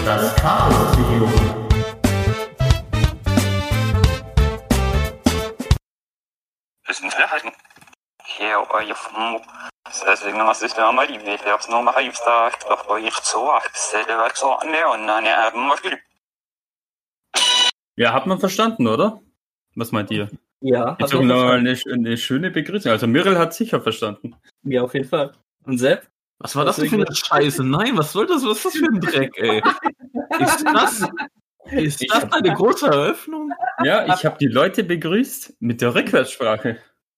das Chaos-Video. Ja, hat man verstanden, oder? Was meint ihr? Ja, Jetzt auch noch eine schöne Begrüßung. Also Myrrel hat sicher verstanden. Ja, auf jeden Fall. Und Sepp? Was war das denn für eine Scheiße? Nein, was soll das? Was ist das für ein Dreck, ey? Ist das eine große Eröffnung? Ja, ich habe die Leute begrüßt mit der Rückwärtssprache.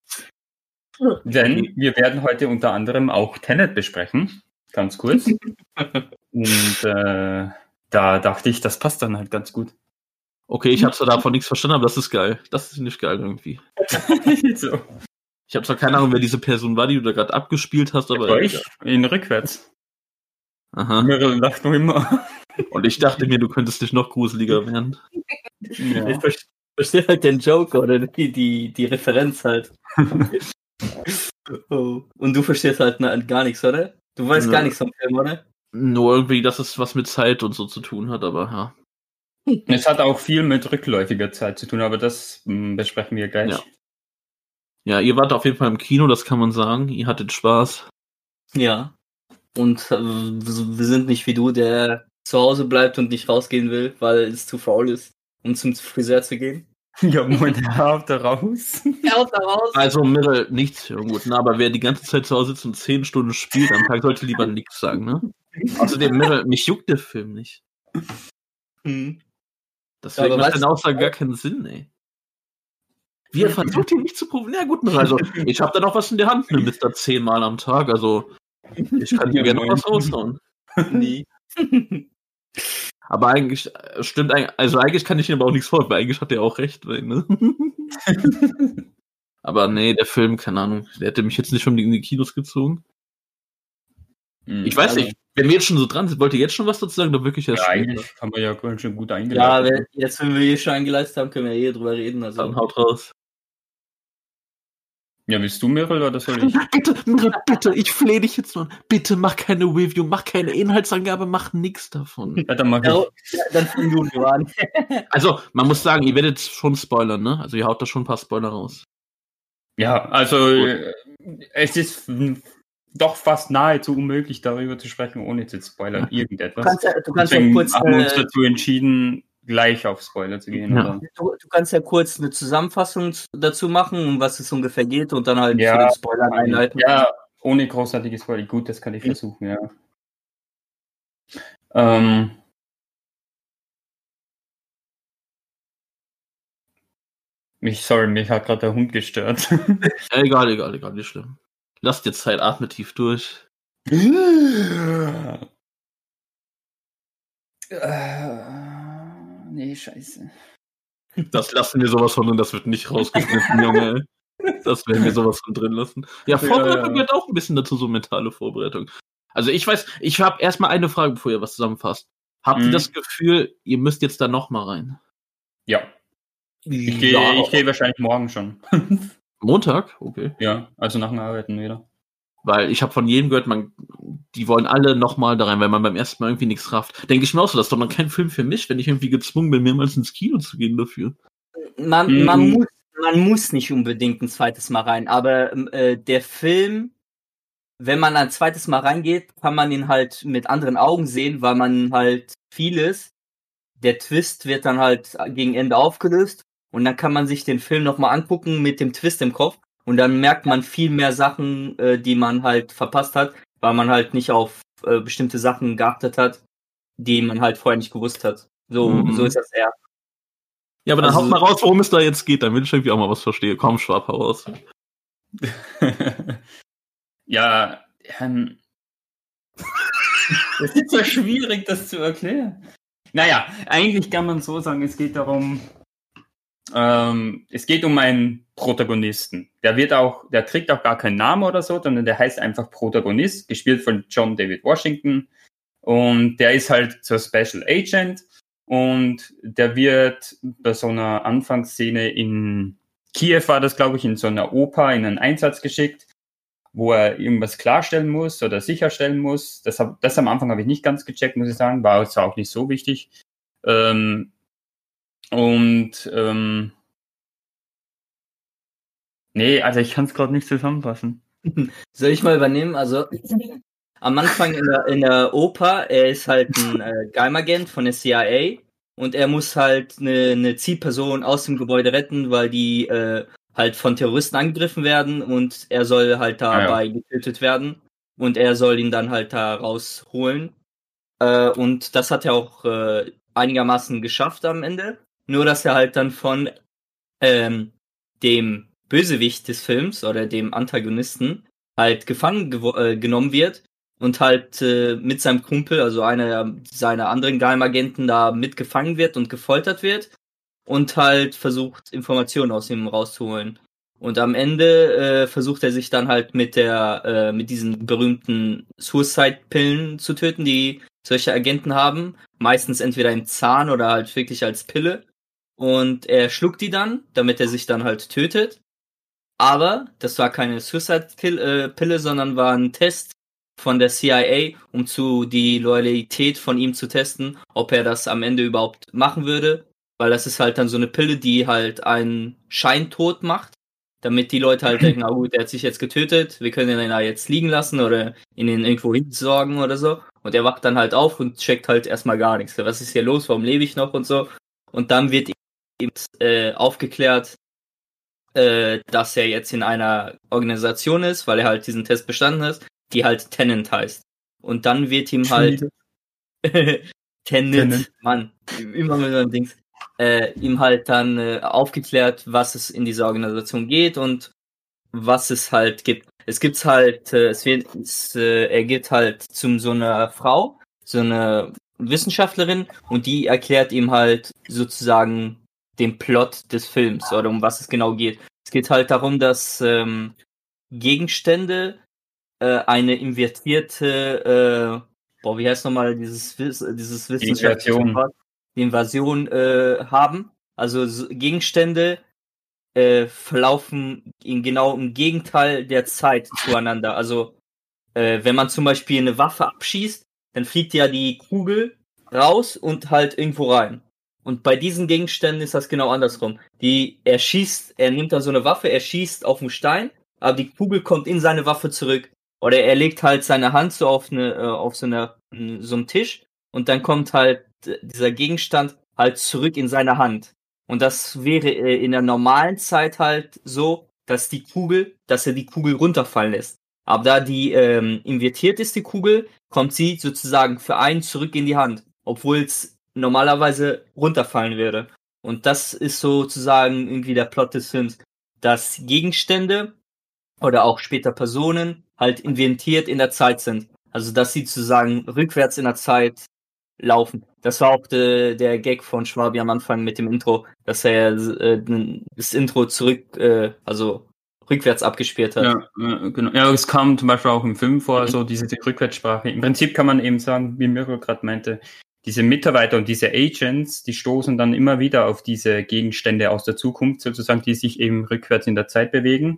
Denn wir werden heute unter anderem auch Tenet besprechen. Ganz kurz. Und da dachte ich, das passt dann halt ganz gut. Okay, ich habe zwar davon nichts verstanden, aber das ist geil. Das ist nicht geil irgendwie. So. Ich habe zwar keine Ahnung, wer diese Person war, die du da gerade abgespielt hast, aber... Ich in rückwärts. Aha. Myrrel lacht noch immer. Und ich dachte mir, du könntest nicht noch gruseliger werden. Ja. Ich verstehe halt den Joke oder die Referenz halt. Oh. Und du verstehst halt gar nichts, oder? Du weißt gar nichts vom Film, oder? Nur irgendwie, dass es was mit Zeit und so zu tun hat, aber ja. Es hat auch viel mit rückläufiger Zeit zu tun, aber das besprechen wir gleich. Ja, ihr wart auf jeden Fall im Kino, das kann man sagen. Ihr hattet Spaß. Ja. Und wir sind nicht wie du, der zu Hause bleibt und nicht rausgehen will, weil es zu faul ist, um zum Friseur zu gehen. Ja, moin, haut da raus. Also, Mirrell, nichts für gut, ne? Aber wer die ganze Zeit zu Hause sitzt und 10 Stunden spielt am Tag, sollte lieber nichts sagen, ne? Außerdem, Mirrell, mich juckt der Film nicht. Deswegen macht deine Aussage gar keinen Sinn, ey. Wie er versucht, ihn nicht zu probieren. Ja gut, also ich habe da noch was in der Hand, mit Mr. 10 Mal am Tag, also ich kann dir gerne noch was raushauen. Nee. Aber eigentlich stimmt, also eigentlich kann ich ihm aber auch nichts vor, weil eigentlich hat er auch recht. Ne? Aber nee, der Film, keine Ahnung, der hätte mich jetzt nicht schon in die Kinos gezogen. Ich weiß nicht, wenn wir jetzt schon so dran sind, wollt ihr jetzt schon was dazu sagen? Da wirklich ja, eigentlich kann man ja schon gut eingeleitet. Ja, jetzt, wenn wir schon eingeleitet haben, können wir drüber reden. Also. Dann haut raus. Ja, willst du, Myrrel, oder soll ich? Bitte, Myrrel, bitte, ich flehe dich jetzt nur. Bitte mach keine Review, mach keine Inhaltsangabe, mach nichts davon. Ja, dann mach ich. Ja, dann fang du an. Also, man muss sagen, ihr werdet schon spoilern, ne? Also, ihr haut da schon ein paar Spoiler raus. Ja, also, es ist doch fast nahezu unmöglich, darüber zu sprechen, ohne zu spoilern, irgendetwas. Du kannst ja kurz, haben wir uns dazu entschieden, gleich auf Spoiler zu gehen. Ja. Oder? Du kannst ja kurz eine Zusammenfassung dazu machen, um was es ungefähr geht und dann halt ja, zu den Spoilern einleiten. Ja, ohne großartige Spoiler. Gut, das kann ich versuchen, ja. Mich hat gerade der Hund gestört. Egal, nicht schlimm. Lasst dir Zeit, atme tief durch. Nee, scheiße. Das lassen wir sowas von und das wird nicht rausgeschnitten, Junge. Das werden wir sowas von drin lassen. Ja, Vorbereitung gehört auch ein bisschen dazu, so mentale Vorbereitung. Also ich habe erstmal eine Frage, bevor ihr was zusammenfasst. Habt ihr das Gefühl, ihr müsst jetzt da nochmal rein? Ja. Ich gehe wahrscheinlich morgen schon. Montag? Okay. Ja, also nach dem Arbeiten wieder. Weil ich habe von jedem gehört, die wollen alle nochmal da rein, weil man beim ersten Mal irgendwie nichts rafft. Denke ich mir auch so, das ist doch noch kein Film für mich, wenn ich irgendwie gezwungen bin, mehrmals ins Kino zu gehen dafür. Man muss nicht unbedingt ein zweites Mal rein, aber der Film, wenn man ein zweites Mal reingeht, kann man ihn halt mit anderen Augen sehen, weil man halt der Twist wird dann halt gegen Ende aufgelöst und dann kann man sich den Film nochmal angucken mit dem Twist im Kopf. Und dann merkt man viel mehr Sachen, die man halt verpasst hat, weil man halt nicht auf bestimmte Sachen geachtet hat, die man halt vorher nicht gewusst hat. So ist das eher. Ja, aber dann haut mal raus, worum es da jetzt geht, damit ich irgendwie auch mal was verstehe. Komm, Schwab, hau raus. Ja, das ist so schwierig, das zu erklären. Naja, eigentlich kann man so sagen, es geht darum, es geht um einen Protagonisten. Der kriegt auch gar keinen Namen oder so, sondern der heißt einfach Protagonist, gespielt von John David Washington. Und der ist halt so Special Agent und der wird bei so einer Anfangsszene in Kiew war das, glaube ich, in so einer Oper in einen Einsatz geschickt. wo er irgendwas klarstellen muss oder sicherstellen muss. Das am Anfang habe ich nicht ganz gecheckt, muss ich sagen, war jetzt auch nicht so wichtig. Nee, also ich kann es gerade nicht zusammenfassen. Soll ich mal übernehmen? Also am Anfang in der Oper, er ist halt ein Geheimagent von der CIA und er muss halt eine Zielperson aus dem Gebäude retten, weil die halt von Terroristen angegriffen werden und er soll halt dabei getötet werden und er soll ihn dann halt da rausholen. Und das hat er auch einigermaßen geschafft am Ende. Nur, dass er halt dann von dem Bösewicht des Films oder dem Antagonisten halt gefangen genommen wird und halt mit seinem Kumpel, also einer seiner anderen Geheimagenten, da mitgefangen wird und gefoltert wird und halt versucht, Informationen aus ihm rauszuholen. Und am Ende versucht er sich dann halt mit diesen berühmten Suicide-Pillen zu töten, die solche Agenten haben. Meistens entweder im Zahn oder halt wirklich als Pille. Und er schluckt die dann, damit er sich dann halt tötet. Aber das war keine Suicide-Pille, sondern war ein Test von der CIA, um die Loyalität von ihm zu testen, ob er das am Ende überhaupt machen würde. Weil das ist halt dann so eine Pille, die halt einen Scheintod macht, damit die Leute halt denken, gut, er hat sich jetzt getötet, wir können ihn da jetzt liegen lassen oder ihn irgendwo hinsorgen oder so. Und er wacht dann halt auf und checkt halt erstmal gar nichts. Was ist hier los? Warum lebe ich noch und so? Und dann wird ihm aufgeklärt, dass er jetzt in einer Organisation ist, weil er halt diesen Test bestanden hat, die halt Tenet heißt. Und dann wird ihm halt Tenet, Mann, immer mit meinem Dings, ihm halt dann aufgeklärt, was es in dieser Organisation geht und was es halt gibt. Es gibt halt, er geht halt zu so einer Frau, so eine Wissenschaftlerin, und die erklärt ihm halt sozusagen den Plot des Films oder um was es genau geht. Es geht halt darum, dass Gegenstände eine invertierte, wie heißt nochmal dieses wissenschaftliche Wort? Invasion haben. Also Gegenstände verlaufen genau im Gegenteil der Zeit zueinander. Also wenn man zum Beispiel eine Waffe abschießt, dann fliegt ja die Kugel raus und halt irgendwo rein. Und bei diesen Gegenständen ist das genau andersrum. Er nimmt dann so eine Waffe, er schießt auf einen Stein, aber die Kugel kommt in seine Waffe zurück. Oder er legt halt seine Hand so auf so einem Tisch und dann kommt halt dieser Gegenstand halt zurück in seine Hand. Und das wäre in der normalen Zeit halt so, dass er die Kugel runterfallen lässt. Aber da die invertiert ist, die Kugel, kommt sie sozusagen für einen zurück in die Hand, obwohl es normalerweise runterfallen würde. Und das ist sozusagen irgendwie der Plot des Films, dass Gegenstände oder auch später Personen halt invertiert in der Zeit sind. Also dass sie sozusagen rückwärts in der Zeit laufen. Das war auch der Gag von Schwabi am Anfang mit dem Intro, dass er das Intro also rückwärts abgespielt hat. Ja, genau. Ja, es kam zum Beispiel auch im Film vor, so diese Rückwärtssprache. Im Prinzip kann man eben sagen, wie Mirko gerade meinte, diese Mitarbeiter und diese Agents, die stoßen dann immer wieder auf diese Gegenstände aus der Zukunft sozusagen, die sich eben rückwärts in der Zeit bewegen.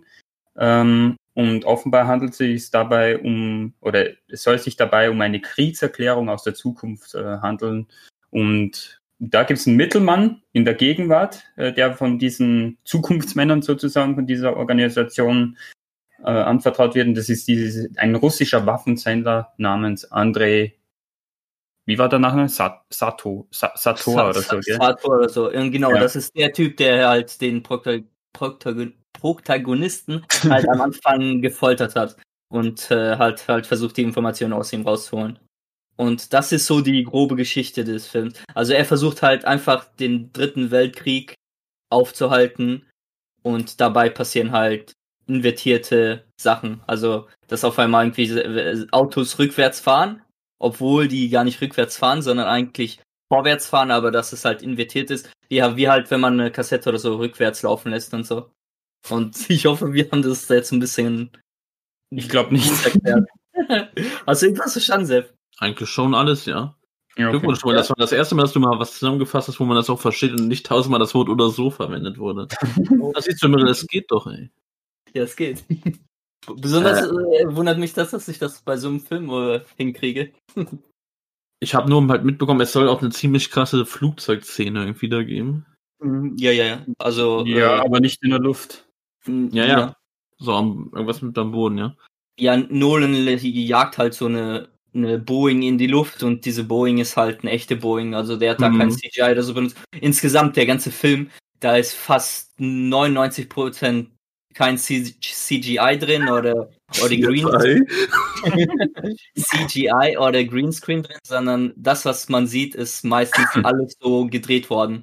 Und offenbar handelt es sich dabei es soll sich dabei um eine Kriegserklärung aus der Zukunft handeln. Und da gibt es einen Mittelmann in der Gegenwart, der von diesen Zukunftsmännern sozusagen, von dieser Organisation anvertraut wird. Und das ist ein russischer Waffenhändler namens Andrei, wie war der Nachname? Sator oder so, gell? Sator oder so, genau, ja. Das ist der Typ, der halt den Protagonisten halt am Anfang gefoltert hat und halt versucht, die Informationen aus ihm rauszuholen. Und das ist so die grobe Geschichte des Films. Also er versucht halt einfach den Dritten Weltkrieg aufzuhalten und dabei passieren halt invertierte Sachen. Also, dass auf einmal irgendwie Autos rückwärts fahren, obwohl die gar nicht rückwärts fahren, sondern eigentlich vorwärts fahren, aber dass es halt invertiert ist. Wie halt, wenn man eine Kassette oder so rückwärts laufen lässt und so. Und ich hoffe, wir haben das jetzt ein bisschen... Ich glaube nicht. Erklärt. Hast du irgendwas verstanden, Sepp? Eigentlich schon alles, ja. Ja, okay. Glückwunsch, das war das erste Mal, dass du mal was zusammengefasst hast, wo man das auch versteht und nicht tausendmal das Wort oder so verwendet wurde. Das siehst du immer, das geht doch, ey. Ja, es geht. Besonders wundert mich das, dass ich das bei so einem Film hinkriege. Ich habe nur halt mitbekommen, es soll auch eine ziemlich krasse Flugzeugszene irgendwie da geben. Ja. Also. Ja, aber nicht in der Luft. Ja. So irgendwas mit am Boden, ja. Ja, Nolan jagt halt so eine Boeing in die Luft und diese Boeing ist halt eine echte Boeing. Also der hat da kein CGI oder so benutzt. Insgesamt der ganze Film, da ist fast 99% kein CGI drin oder CGI oder Greenscreen drin, sondern das, was man sieht, ist meistens alles so gedreht worden.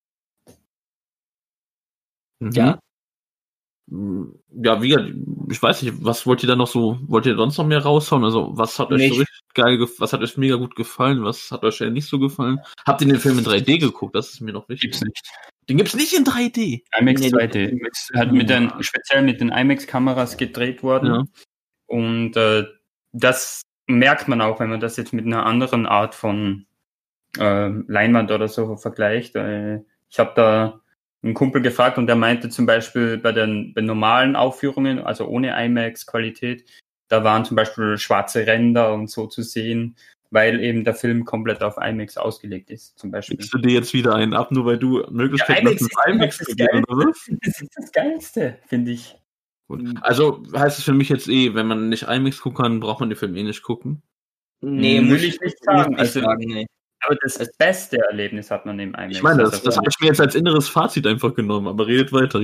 Ja. Ja, ich weiß nicht, was wollt ihr da noch so, wollt ihr sonst noch mehr raushauen? Also, was hat euch so richtig geil, was hat euch mega gut gefallen, was hat euch eher nicht so gefallen? Habt ihr den Film in 3D geguckt? Das ist mir noch wichtig. Gibt's nicht. Den gibt's nicht in 3D? IMAX 2D. IMAX hat speziell mit den IMAX-Kameras gedreht worden. Ja. Und das merkt man auch, wenn man das jetzt mit einer anderen Art von Leinwand oder so vergleicht. Ich habe da einen Kumpel gefragt und der meinte zum Beispiel bei normalen Aufführungen, also ohne IMAX-Qualität, da waren zum Beispiel schwarze Ränder und so zu sehen, weil eben der Film komplett auf IMAX ausgelegt ist, zum Beispiel. Kriegst du dir jetzt wieder einen ab, nur weil du Möglichkeiten hast, IMAX zu gehen, oder was? Das ist das Geilste, finde ich. Gut. Also heißt es für mich jetzt wenn man nicht IMAX gucken kann, braucht man den Film nicht gucken? Nee, muss ich nicht sagen. Nee. Aber das beste Erlebnis hat man im IMAX. Ich meine, das habe ich mir jetzt als inneres Fazit einfach genommen, aber redet weiter.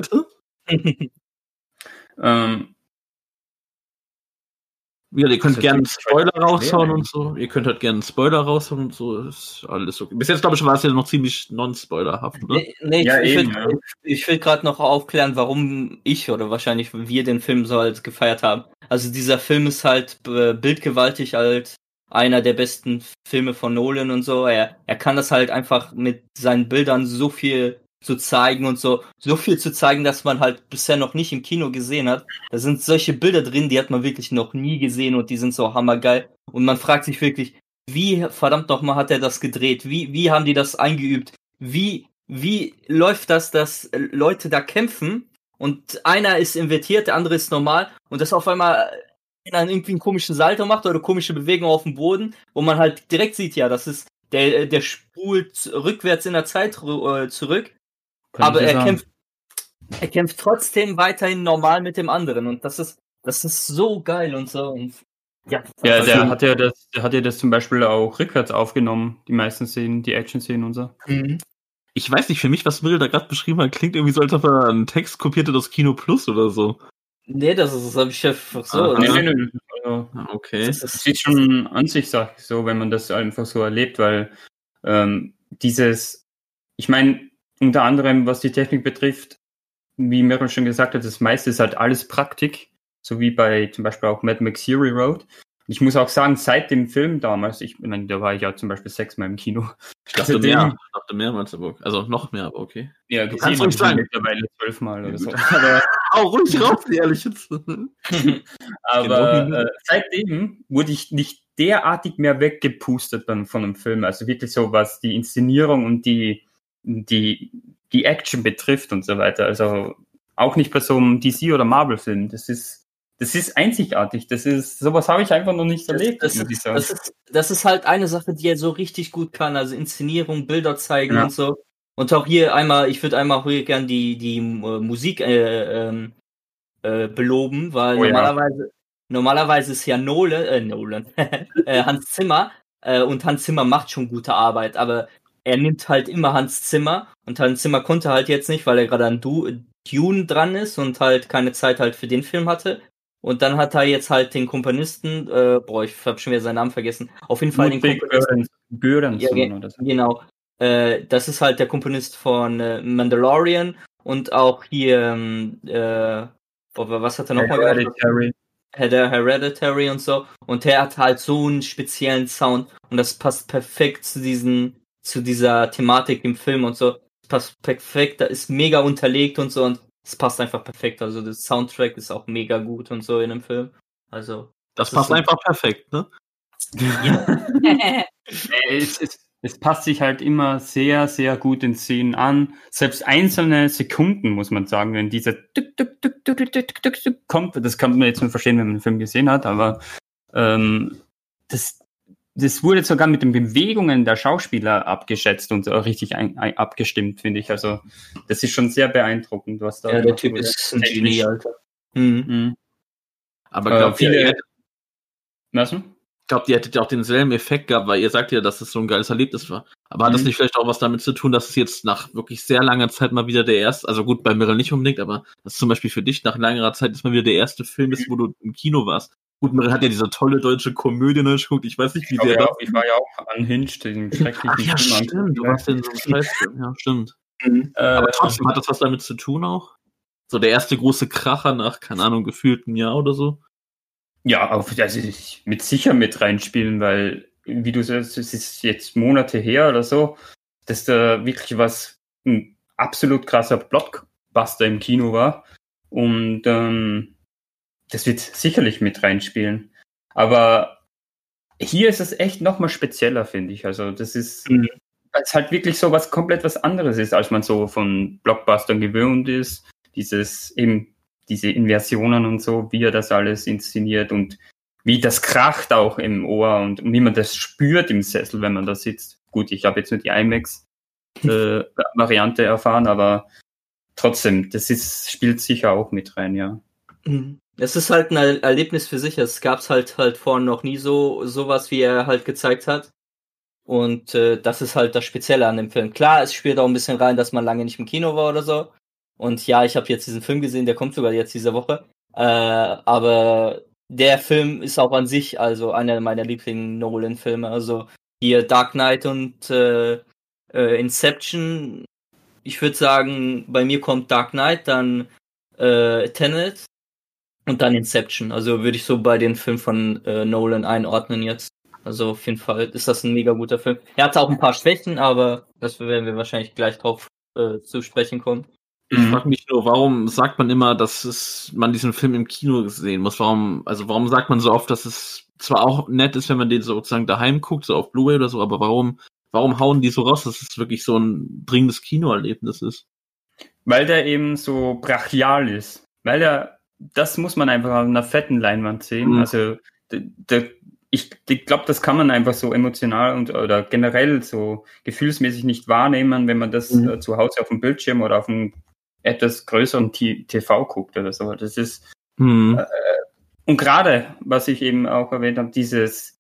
Ja, ihr könnt gerne einen Spoiler raushauen und so. Ist alles okay. Bis jetzt, glaube ich, war es ja noch ziemlich non-spoilerhaft, oder? Ich will gerade noch aufklären, warum ich oder wahrscheinlich wir den Film so halt gefeiert haben. Also dieser Film ist halt bildgewaltig als einer der besten Filme von Nolan und so. Er kann das halt einfach mit seinen Bildern so viel zu zeigen und so viel zu zeigen, dass man halt bisher noch nicht im Kino gesehen hat. Da sind solche Bilder drin, die hat man wirklich noch nie gesehen und die sind so hammergeil. Und man fragt sich wirklich, wie verdammt nochmal hat er das gedreht? Wie haben die das eingeübt? Wie läuft das, dass Leute da kämpfen und einer ist invertiert, der andere ist normal und das auf einmal dann irgendwie einen komischen Salto macht oder komische Bewegungen auf dem Boden, wo man halt direkt sieht, ja, das ist der spult rückwärts in der Zeit zurück, aber er kämpft trotzdem weiterhin normal mit dem anderen und das ist so geil und so. Und ja, der hat ja das zum Beispiel auch rückwärts aufgenommen, die meisten Szenen, die Action-Szenen und so. Ich weiß nicht, für mich, was Mirel da gerade beschrieben hat, klingt irgendwie so, als ob er einen Text kopiert hat aus Kino Plus oder so. Nee, das habe ich einfach so. Nee. Okay. Das sieht schon an sich so, wenn man das einfach so erlebt, weil ich meine, unter anderem, was die Technik betrifft, wie Mirel schon gesagt hat, das meiste ist halt alles Praktik, so wie bei zum Beispiel auch Mad Max Fury Road. Ich muss auch sagen, seit dem Film damals, da war ich ja zum Beispiel 6-mal im Kino. Ich dachte mehrmals, also noch mehr, aber okay. Ja, du kannst ruhig sagen. Mittlerweile 12-mal oder so. Aber auch ruhig raus, ehrlich jetzt. Aber seitdem wurde ich nicht derartig mehr weggepustet von einem Film. Also wirklich so, was die Inszenierung und die Action betrifft und so weiter. Also auch nicht bei so einem DC- oder Marvel-Film. Das ist einzigartig. Sowas habe ich einfach noch nicht erlebt. Das ist halt eine Sache, die er so richtig gut kann. Also Inszenierung, Bilder zeigen und so. Und auch hier ich würde einmal hier gern die Musik beloben, weil normalerweise ist ja Nolan, Hans Zimmer, und Hans Zimmer macht schon gute Arbeit, aber er nimmt halt immer Hans Zimmer und Hans Zimmer konnte halt jetzt nicht, weil er gerade an Dune dran ist und halt keine Zeit halt für den Film hatte. Und dann hat er jetzt halt den Komponisten, ich habe schon wieder seinen Namen vergessen, auf jeden Fall den Komponisten. Göransson oder so. Genau. Das ist halt der Komponist von Mandalorian und auch hier, was hat er nochmal gemacht? Hereditary und so. Und der hat halt so einen speziellen Sound und das passt perfekt zu dieser Thematik im Film und so. Das passt perfekt, da ist mega unterlegt und so und es passt einfach perfekt. Also das Soundtrack ist auch mega gut und so in dem Film. Also das passt einfach perfekt, ne? Ja. Es passt sich halt immer sehr, sehr gut in Szenen an. Selbst einzelne Sekunden, muss man sagen, wenn dieser kommt, das kann man jetzt nur verstehen, wenn man den Film gesehen hat, aber das wurde sogar mit den Bewegungen der Schauspieler abgeschätzt und richtig abgestimmt, finde ich. Also das ist schon sehr beeindruckend, was da... Ja, der Typ ist ein Genie, Alter. Aber viele... Was? Ich glaube, die hättet ja auch denselben Effekt gehabt, weil ihr sagt ja, dass es so ein geiles Erlebnis war. Aber hat das nicht vielleicht auch was damit zu tun, dass es jetzt nach wirklich sehr langer Zeit mal wieder der erste, also gut, bei Meryl nicht unbedingt, aber dass zum Beispiel für dich nach längerer Zeit ist mal wieder der erste Film ist, wo du im Kino warst. Gut, Meryl hat ja diese tolle deutsche Komödie geguckt, ich weiß nicht, wie der da... Ich war ja auch unhinged, den schrecklichen Film. Stimmt, du warst in so einem Scheißfilm, ja, stimmt. Aber trotzdem, hat das was damit zu tun auch? So der erste große Kracher nach, keine Ahnung, gefühlt einem Jahr oder so? Ja, also ich mit sicher mit reinspielen, weil, wie du sagst, es ist jetzt Monate her oder so, dass da wirklich ein absolut krasser Blockbuster im Kino war. Und das wird sicherlich mit reinspielen. Aber hier ist es echt nochmal spezieller, finde ich. Also das ist, weil es halt wirklich so komplett was anderes ist, als man so von Blockbustern gewöhnt ist. Diese Inversionen und so, wie er das alles inszeniert und wie das kracht auch im Ohr und wie man das spürt im Sessel, wenn man da sitzt. Gut, ich habe jetzt nur die IMAX-Variante erfahren, aber trotzdem, spielt sicher auch mit rein, ja. Es ist halt ein Erlebnis für sich. Es gab's halt vorhin noch nie sowas, wie er halt gezeigt hat. Und das ist halt das Spezielle an dem Film. Klar, es spielt auch ein bisschen rein, dass man lange nicht im Kino war oder so. Und ja, ich habe jetzt diesen Film gesehen, der kommt sogar jetzt diese Woche. Aber der Film ist auch an sich also einer meiner Lieblings-Nolan-Filme. Also hier Dark Knight und Inception. Ich würde sagen, bei mir kommt Dark Knight, dann Tenet und dann Inception. Also würde ich so bei den Filmen von Nolan einordnen jetzt. Also auf jeden Fall ist das ein mega guter Film. Er hatte auch ein paar Schwächen, aber das werden wir wahrscheinlich gleich drauf zu sprechen kommen. Ich frage mich nur, warum sagt man immer, dass man diesen Film im Kino sehen muss? Warum sagt man so oft, dass es zwar auch nett ist, wenn man den sozusagen daheim guckt, so auf Blu-ray oder so, aber warum hauen die so raus, dass es wirklich so ein dringendes Kinoerlebnis ist? Weil der eben so brachial ist. Das muss man einfach auf einer fetten Leinwand sehen. Also ich glaube, das kann man einfach so emotional oder generell so gefühlsmäßig nicht wahrnehmen, wenn man das zu Hause auf dem Bildschirm oder auf einem etwas größeren TV guckt oder so. Das ist und gerade, was ich eben auch erwähnt habe, dieses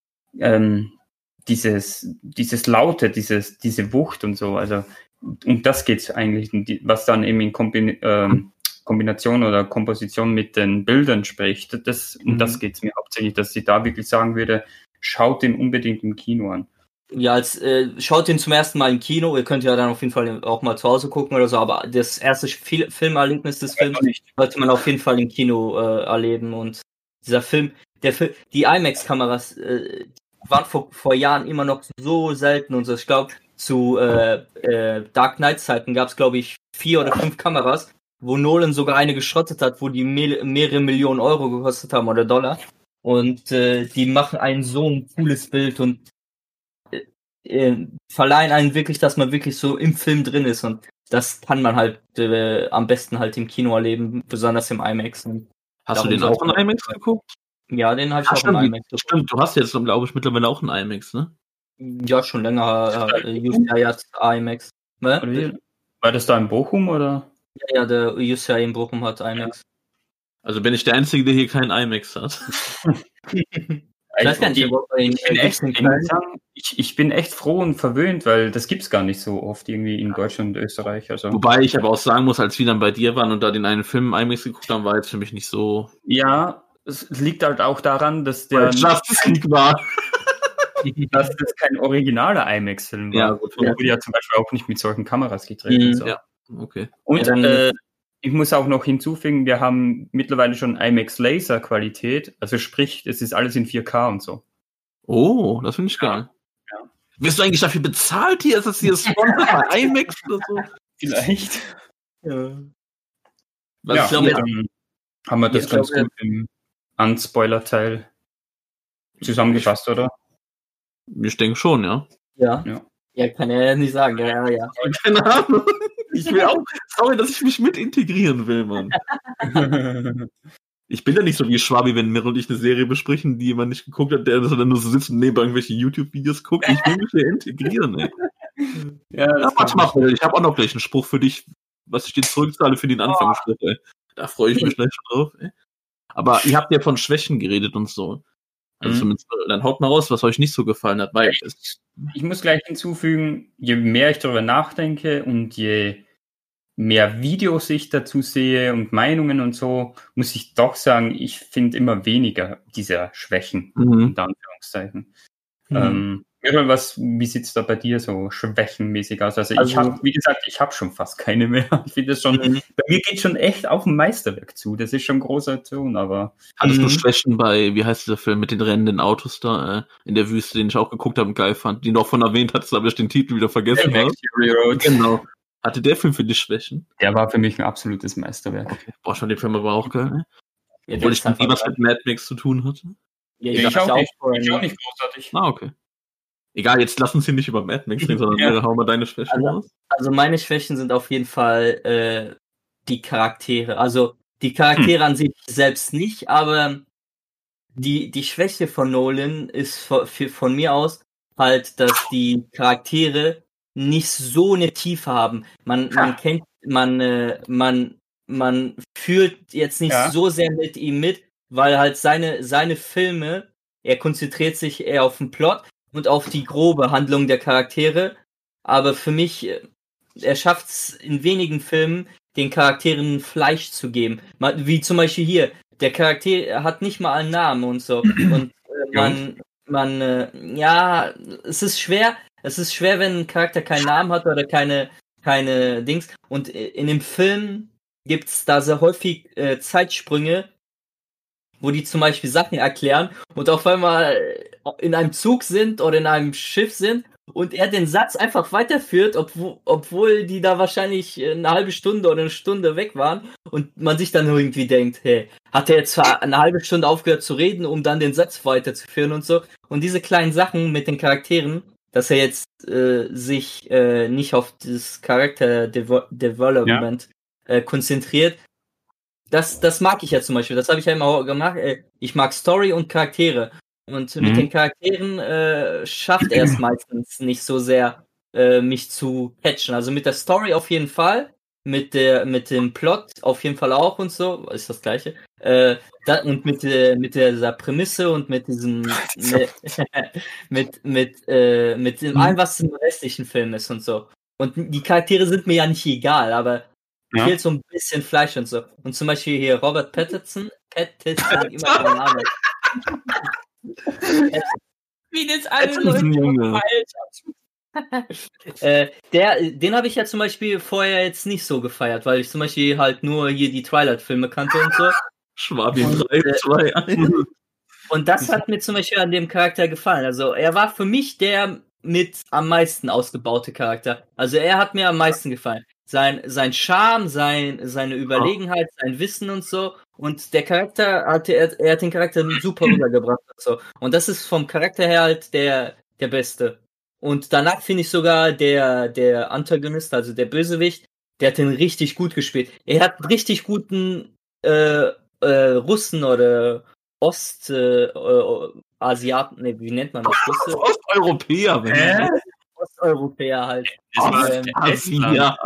Laute, diese Wucht und so, also um das geht's eigentlich, was dann eben in Kombination oder Komposition mit den Bildern spricht. Um das geht's mir hauptsächlich, dass ich da wirklich sagen würde, schaut den unbedingt im Kino an. Ja, schaut den zum ersten Mal im Kino. Ihr könnt ja dann auf jeden Fall auch mal zu Hause gucken oder so, aber das erste Filmerlebnis des Films sollte man auf jeden Fall im Kino erleben. Und dieser Film, die IMAX-Kameras waren vor Jahren immer noch so selten und so. Ich glaube, zu Dark Knight-Zeiten gab es, glaube ich, 4 oder 5 Kameras, wo Nolan sogar eine geschrottet hat, wo die mehrere Millionen Euro gekostet haben oder $. Und die machen so ein cooles Bild und verleihen einen wirklich, dass man wirklich so im Film drin ist. Und das kann man halt am besten halt im Kino erleben, besonders im IMAX. Hast du den auch in IMAX geguckt? Ja, den habe ich auch in IMAX geguckt. Stimmt, du hast jetzt, glaube ich, mittlerweile auch einen IMAX, ne? Ja, schon länger. UCI hat IMAX. Ne? War das da in Bochum, oder? Ja, der UCI in Bochum hat IMAX. Also bin ich der Einzige, der hier keinen IMAX hat. Ich weiß gar nicht, ich bin echt froh und verwöhnt, weil das gibt's gar nicht so oft irgendwie in Deutschland und Österreich. Also. Wobei ich aber auch sagen muss, als wir dann bei dir waren und da den einen Film IMAX geguckt haben, war jetzt für mich nicht so... Ja, es liegt halt auch daran, dass der... Justice League war. Dass das kein originaler IMAX-Film war. Ja, gut. Der wurde ja zum Beispiel auch nicht mit solchen Kameras gedreht. Und so. Ja, okay. Und ich muss auch noch hinzufügen, wir haben mittlerweile schon IMAX-Laser-Qualität, also sprich, es ist alles in 4K und so. Oh, das finde ich geil. Ja. Wirst du eigentlich dafür bezahlt hier? Ist das hier Sponsor bei IMAX oder so? Vielleicht. Ja. Was dann haben wir das ganz gut im Unspoiler-Teil zusammengefasst, oder? Ich denke schon, ja. Ja. Ja. Ja, kann er ja nicht sagen. Ja. Keine Ahnung. Ich will auch. Sorry, dass ich mich mit integrieren will, Mann. Ich bin ja nicht so wie Schwabi, wenn Mir und ich eine Serie besprechen, die jemand nicht geguckt hat, der dann nur so sitzt und nebenbei irgendwelche YouTube-Videos guckt. Ich will mich hier integrieren, ey. Ja, Warte mal, Phil, ich habe auch noch gleich einen Spruch für dich, was ich dir zurückzahle für den Anfangsschritt, ey. Da freue ich mich gleich schon drauf, ey. Aber ihr habt ja von Schwächen geredet und so. Also zumindest, dann haut mal raus, was euch nicht so gefallen hat, weil ich muss gleich hinzufügen, je mehr ich darüber nachdenke und je mehr Videos ich dazu sehe und Meinungen und so, muss ich doch sagen, ich finde immer weniger dieser Schwächen, unter Anführungszeichen. Miriam, wie sieht es da bei dir so schwächenmäßig aus? Also ich habe, wie gesagt, ich habe schon fast keine mehr. Ich finde das schon, bei mir geht schon echt auf ein Meisterwerk zu. Das ist schon großer Ton, aber... Hattest du Schwächen bei, wie heißt dieser Film mit den rennenden Autos da in der Wüste, den ich auch geguckt habe und geil fand, den du auch von erwähnt hattest, aber ich den Titel wieder vergessen habe. Genau. Hatte der Film für dich Schwächen? Der war für mich ein absolutes Meisterwerk. Okay. Boah, schon den Film aber auch geil, ne? Ja, obwohl ich nie was mit Mad Max zu tun hatte. Ja, ich auch nicht großartig. Ah, okay. Egal, jetzt lass uns hier nicht über Mad Max reden, sondern hau mal deine Schwächen raus. Also meine Schwächen sind auf jeden Fall die Charaktere. Also die Charaktere an sich selbst nicht, aber die Schwäche von Nolan ist von mir aus halt, dass die Charaktere nicht so eine Tiefe haben. Man fühlt jetzt nicht so sehr mit ihm mit, weil halt seine Filme, er konzentriert sich eher auf den Plot und auf die grobe Handlung der Charaktere. Aber für mich, er schafft es in wenigen Filmen, den Charakteren Fleisch zu geben. Wie zum Beispiel hier, der Charakter hat nicht mal einen Namen und so. Und es ist schwer. Es ist schwer, wenn ein Charakter keinen Namen hat oder keine Dings. Und in dem Film gibt's da sehr häufig Zeitsprünge, wo die zum Beispiel Sachen erklären und auf einmal in einem Zug sind oder in einem Schiff sind und er den Satz einfach weiterführt, obwohl die da wahrscheinlich eine halbe Stunde oder eine Stunde weg waren und man sich dann irgendwie denkt, hey, hat er jetzt zwar eine halbe Stunde aufgehört zu reden, um dann den Satz weiterzuführen und so. Und diese kleinen Sachen mit den Charakteren, dass er jetzt sich nicht auf das Character Development konzentriert, das mag ich ja zum Beispiel. Das habe ich ja immer gemacht. Ich mag Story und Charaktere. Und mit den Charakteren schafft er es meistens nicht so sehr, mich zu catchen. Also mit der Story auf jeden Fall. Mit dem Plot auf jeden Fall auch und so. Ist das Gleiche. Und mit dieser Prämisse und mit diesem mit dem allem, was im restlichen Film ist und so. Und die Charaktere sind mir ja nicht egal, aber fehlt so ein bisschen Fleisch und so. Und zum Beispiel hier Robert Pattinson, immer der Name. Wie das alle Leute den habe ich ja zum Beispiel vorher jetzt nicht so gefeiert, weil ich zum Beispiel halt nur hier die Twilight-Filme kannte und so. Schwabi 3, 2, 1. Und das hat mir zum Beispiel an dem Charakter gefallen. Also er war für mich der mit am meisten ausgebaute Charakter. Also er hat mir am meisten gefallen. Sein Charme, seine Überlegenheit, sein Wissen und so. Und der Charakter er hat den Charakter super rübergebracht und so. Und das ist vom Charakter her halt der Beste. Und danach finde ich sogar der Antagonist, also der Bösewicht, der hat den richtig gut gespielt. Er hat einen richtig guten Russen oder Asiaten, ne, wie nennt man das? Osteuropäer, Osteuropäer halt. Estland. Ja,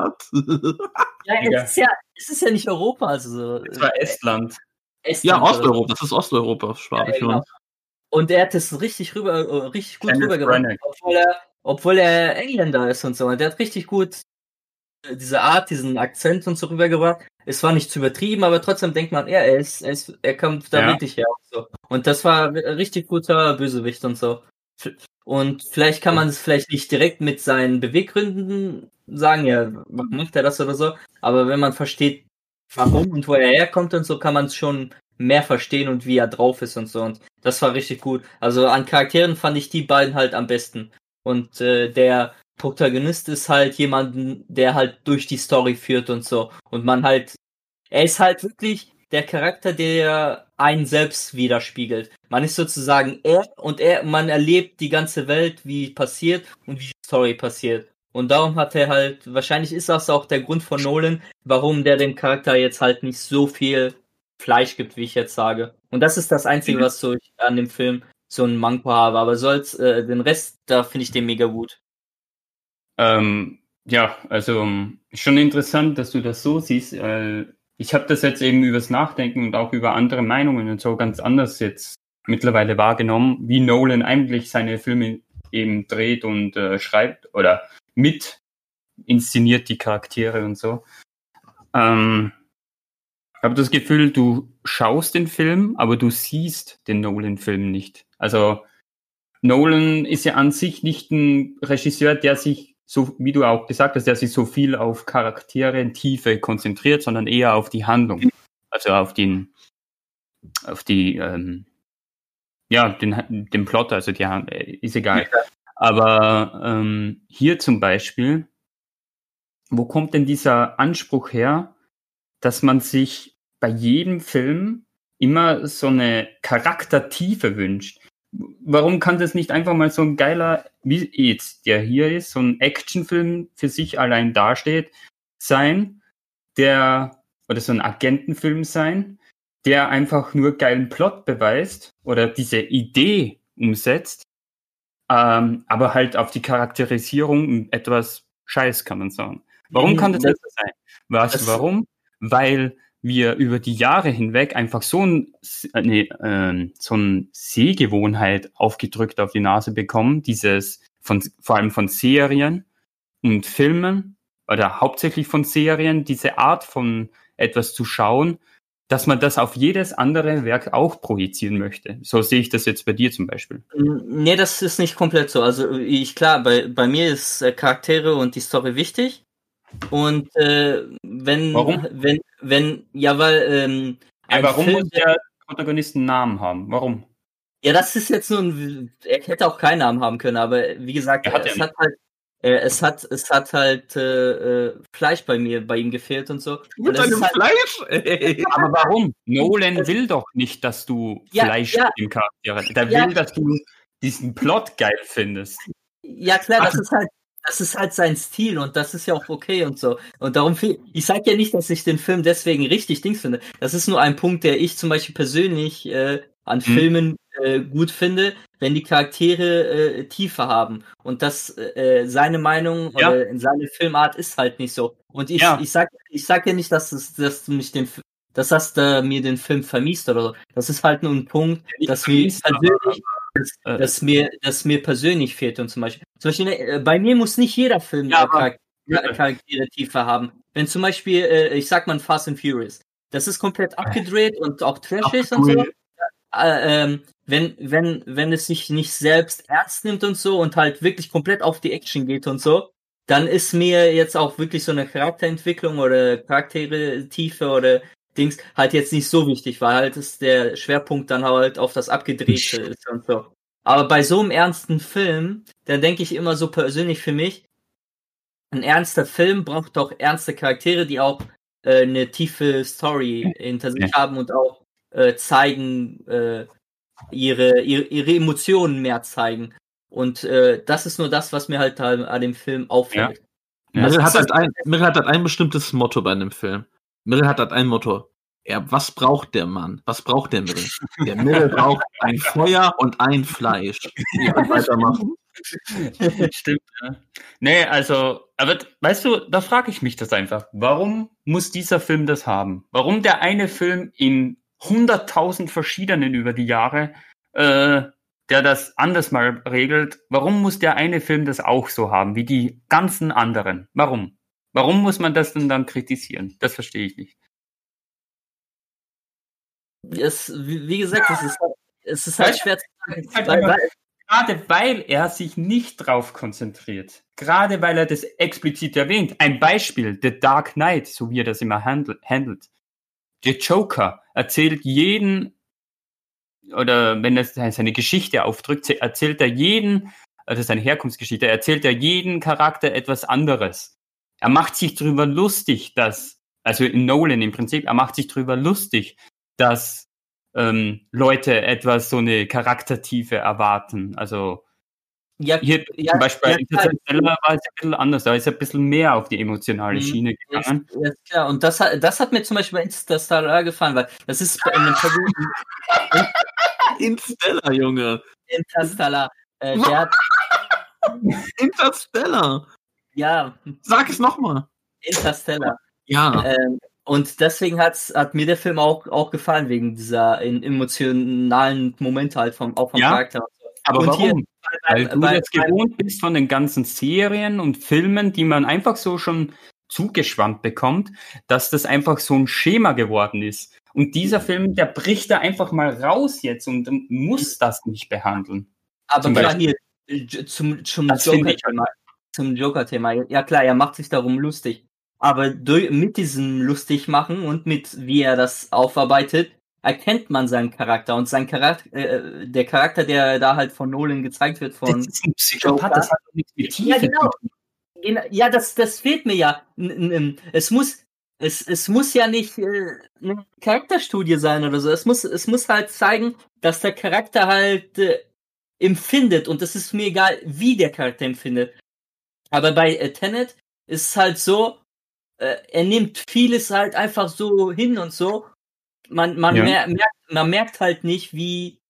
es ist ja nicht Europa, also. Das war Estland. Ja, Osteuropa, das ist Osteuropa, Schwabe. Ja, genau. Und er hat es richtig gut rübergebracht, obwohl er Engländer ist und so. Und der hat richtig gut diese Art, diesen Akzent und so rübergebracht. Es war nicht zu übertrieben, aber trotzdem denkt man, er kommt da wirklich her und so. Und das war ein richtig guter Bösewicht und so. Und vielleicht kann man es vielleicht nicht direkt mit seinen Beweggründen sagen, ja, warum macht er das oder so. Aber wenn man versteht, warum und wo er herkommt und so, kann man es schon mehr verstehen und wie er drauf ist und so. Und das war richtig gut. Also an Charakteren fand ich die beiden halt am besten. Und der Protagonist ist halt jemanden, der halt durch die Story führt und so. Und man halt, er ist halt wirklich der Charakter, der einen selbst widerspiegelt. Man ist sozusagen man erlebt die ganze Welt, wie passiert und wie die Story passiert. Und darum hat er halt, wahrscheinlich ist das auch der Grund von Nolan, warum der dem Charakter jetzt halt nicht so viel Fleisch gibt, wie ich jetzt sage. Und das ist das Einzige, was so ich an dem Film so ein Manko habe. Aber den Rest, da finde ich den mega gut. Ja, also schon interessant, dass du das so siehst. Ich habe das jetzt eben übers Nachdenken und auch über andere Meinungen und so ganz anders jetzt mittlerweile wahrgenommen, wie Nolan eigentlich seine Filme eben dreht und schreibt oder mit inszeniert die Charaktere und so. Ich habe das Gefühl, du schaust den Film, aber du siehst den Nolan-Film nicht. Also Nolan ist ja an sich nicht ein Regisseur, der sich, so wie du auch gesagt hast, der sich so viel auf Charaktere in Tiefe konzentriert, sondern eher auf die Handlung. Also auf den Plot, also ist egal. Aber hier zum Beispiel, wo kommt denn dieser Anspruch her, dass man sich bei jedem Film immer so eine Charaktertiefe wünscht? Warum kann das nicht einfach mal so ein geiler, wie jetzt der hier ist, so ein Actionfilm für sich allein dasteht, sein, oder so ein Agentenfilm sein, der einfach nur geilen Plot beweist oder diese Idee umsetzt, aber halt auf die Charakterisierung etwas Scheiß, kann man sagen. Warum kann das nicht sein? Warum? Weil wir über die Jahre hinweg einfach so eine Sehgewohnheit aufgedrückt auf die Nase bekommen, vor allem von Serien und Filmen oder hauptsächlich von Serien, diese Art von etwas zu schauen, dass man das auf jedes andere Werk auch projizieren möchte. So sehe ich das jetzt bei dir zum Beispiel. Nee, das ist nicht komplett so. Also bei mir ist Charaktere und die Story wichtig. Und Warum? Warum Film, muss der Protagonist einen Namen haben? Warum? Ja, das ist jetzt er hätte auch keinen Namen haben können, aber wie gesagt, es hat halt Fleisch bei ihm gefehlt und so. Mit deinem Fleisch? Aber warum? Nolan will doch nicht, dass du Fleisch im Charakter hast. Der will, dass du diesen Plot geil findest. Ja klar, das ist halt sein Stil und das ist ja auch okay und so. Und darum, ich sag ja nicht, dass ich den Film deswegen richtig Dings finde. Das ist nur ein Punkt, der ich zum Beispiel persönlich an Filmen gut finde, wenn die Charaktere Tiefe haben. Und das seine Meinung oder seine Filmart ist halt nicht so. Und ich sag ja nicht, dass das mir den Film vermiest oder so. Das ist halt nur ein Punkt, dass mir persönlich fehlt. Und zum Beispiel bei mir muss nicht jeder Film Charaktere Tiefe haben. Wenn zum Beispiel, ich sag mal Fast and Furious, das ist komplett abgedreht und auch trashig und so. Wenn es sich nicht selbst ernst nimmt und so und halt wirklich komplett auf die Action geht und so, dann ist mir jetzt auch wirklich so eine Charakterentwicklung oder Charaktere-Tiefe oder Dings halt jetzt nicht so wichtig, weil halt ist der Schwerpunkt dann halt auf das Abgedrehte ist und so. Aber bei so einem ernsten Film, da denke ich immer so persönlich für mich, ein ernster Film braucht auch ernste Charaktere, die auch eine tiefe Story hinter sich haben und auch zeigen, ihre Emotionen mehr zeigen. Und das ist nur das, was mir halt an dem Film auffällt. Ja. Mirrell hat halt ein bestimmtes Motto bei einem Film. Mirrell hat halt ein Motto. Was braucht der Mann? Was braucht der Mirrell? Der Mirrell braucht ein Feuer und ein Fleisch. Ich kann weitermachen. Stimmt, ja. Nee, also, aber weißt du, da frage ich mich das einfach. Warum muss dieser Film das haben? Warum der eine Film in 100.000 verschiedenen über die Jahre, der das anders mal regelt, warum muss der eine Film das auch so haben, wie die ganzen anderen? Warum? Warum muss man das denn dann kritisieren? Das verstehe ich nicht. Wie gesagt, es ist halt schwer zu sagen. Gerade weil er sich nicht drauf konzentriert. Gerade weil er das explizit erwähnt. Ein Beispiel, The Dark Knight, so wie er das immer handelt. Der Joker erzählt oder wenn er seine Geschichte aufdrückt, erzählt er also seine Herkunftsgeschichte, erzählt er jeden Charakter etwas anderes. Er macht sich darüber lustig, dass also in Nolan im Prinzip, er macht sich drüber lustig, dass Leute etwas so eine Charaktertiefe erwarten. Also Ja, hier ja, zum Beispiel ja, bei klar. Interstellar war es ein bisschen anders, da ist er ein bisschen mehr auf die emotionale Schiene Ja, gegangen. ja, klar. Und das hat mir zum Beispiel bei Interstellar gefallen, weil das ist in einem Interstellar, Junge. Interstellar. Der hat, Interstellar. ja, Sag es nochmal. Interstellar. Ja. Und deswegen hat mir der Film auch gefallen, wegen dieser emotionalen Momente halt vom Ja, Charakter. aber Und warum? hier, Weil du jetzt gewohnt bist von den ganzen Serien und Filmen, die man einfach so schon zugeschwammt bekommt, dass das einfach so ein Schema geworden ist. Und dieser Film, der bricht da einfach mal raus jetzt und muss das nicht behandeln. aber zum klar, Beispiel. hier, zum Das finde ich Joker-Thema. Zum Joker-Thema. Ja klar, er macht sich darum lustig. Aber mit diesem Lustigmachen und mit wie er das aufarbeitet, erkennt man seinen Charakter. Und sein Charakter, der Charakter, der da halt von Nolan gezeigt wird, von Das ist ein Psychopath, das hat doch nichts mit Tiefe Ja, genau. zu tun. Ja, das fehlt mir ja. Es muss ja nicht eine Charakterstudie sein oder so. Es muss halt zeigen, dass der Charakter halt empfindet, und es ist mir egal, wie der Charakter empfindet. Aber bei Tenet ist es halt so, er nimmt vieles halt einfach so hin und so. Man Ja. merkt halt nicht, wie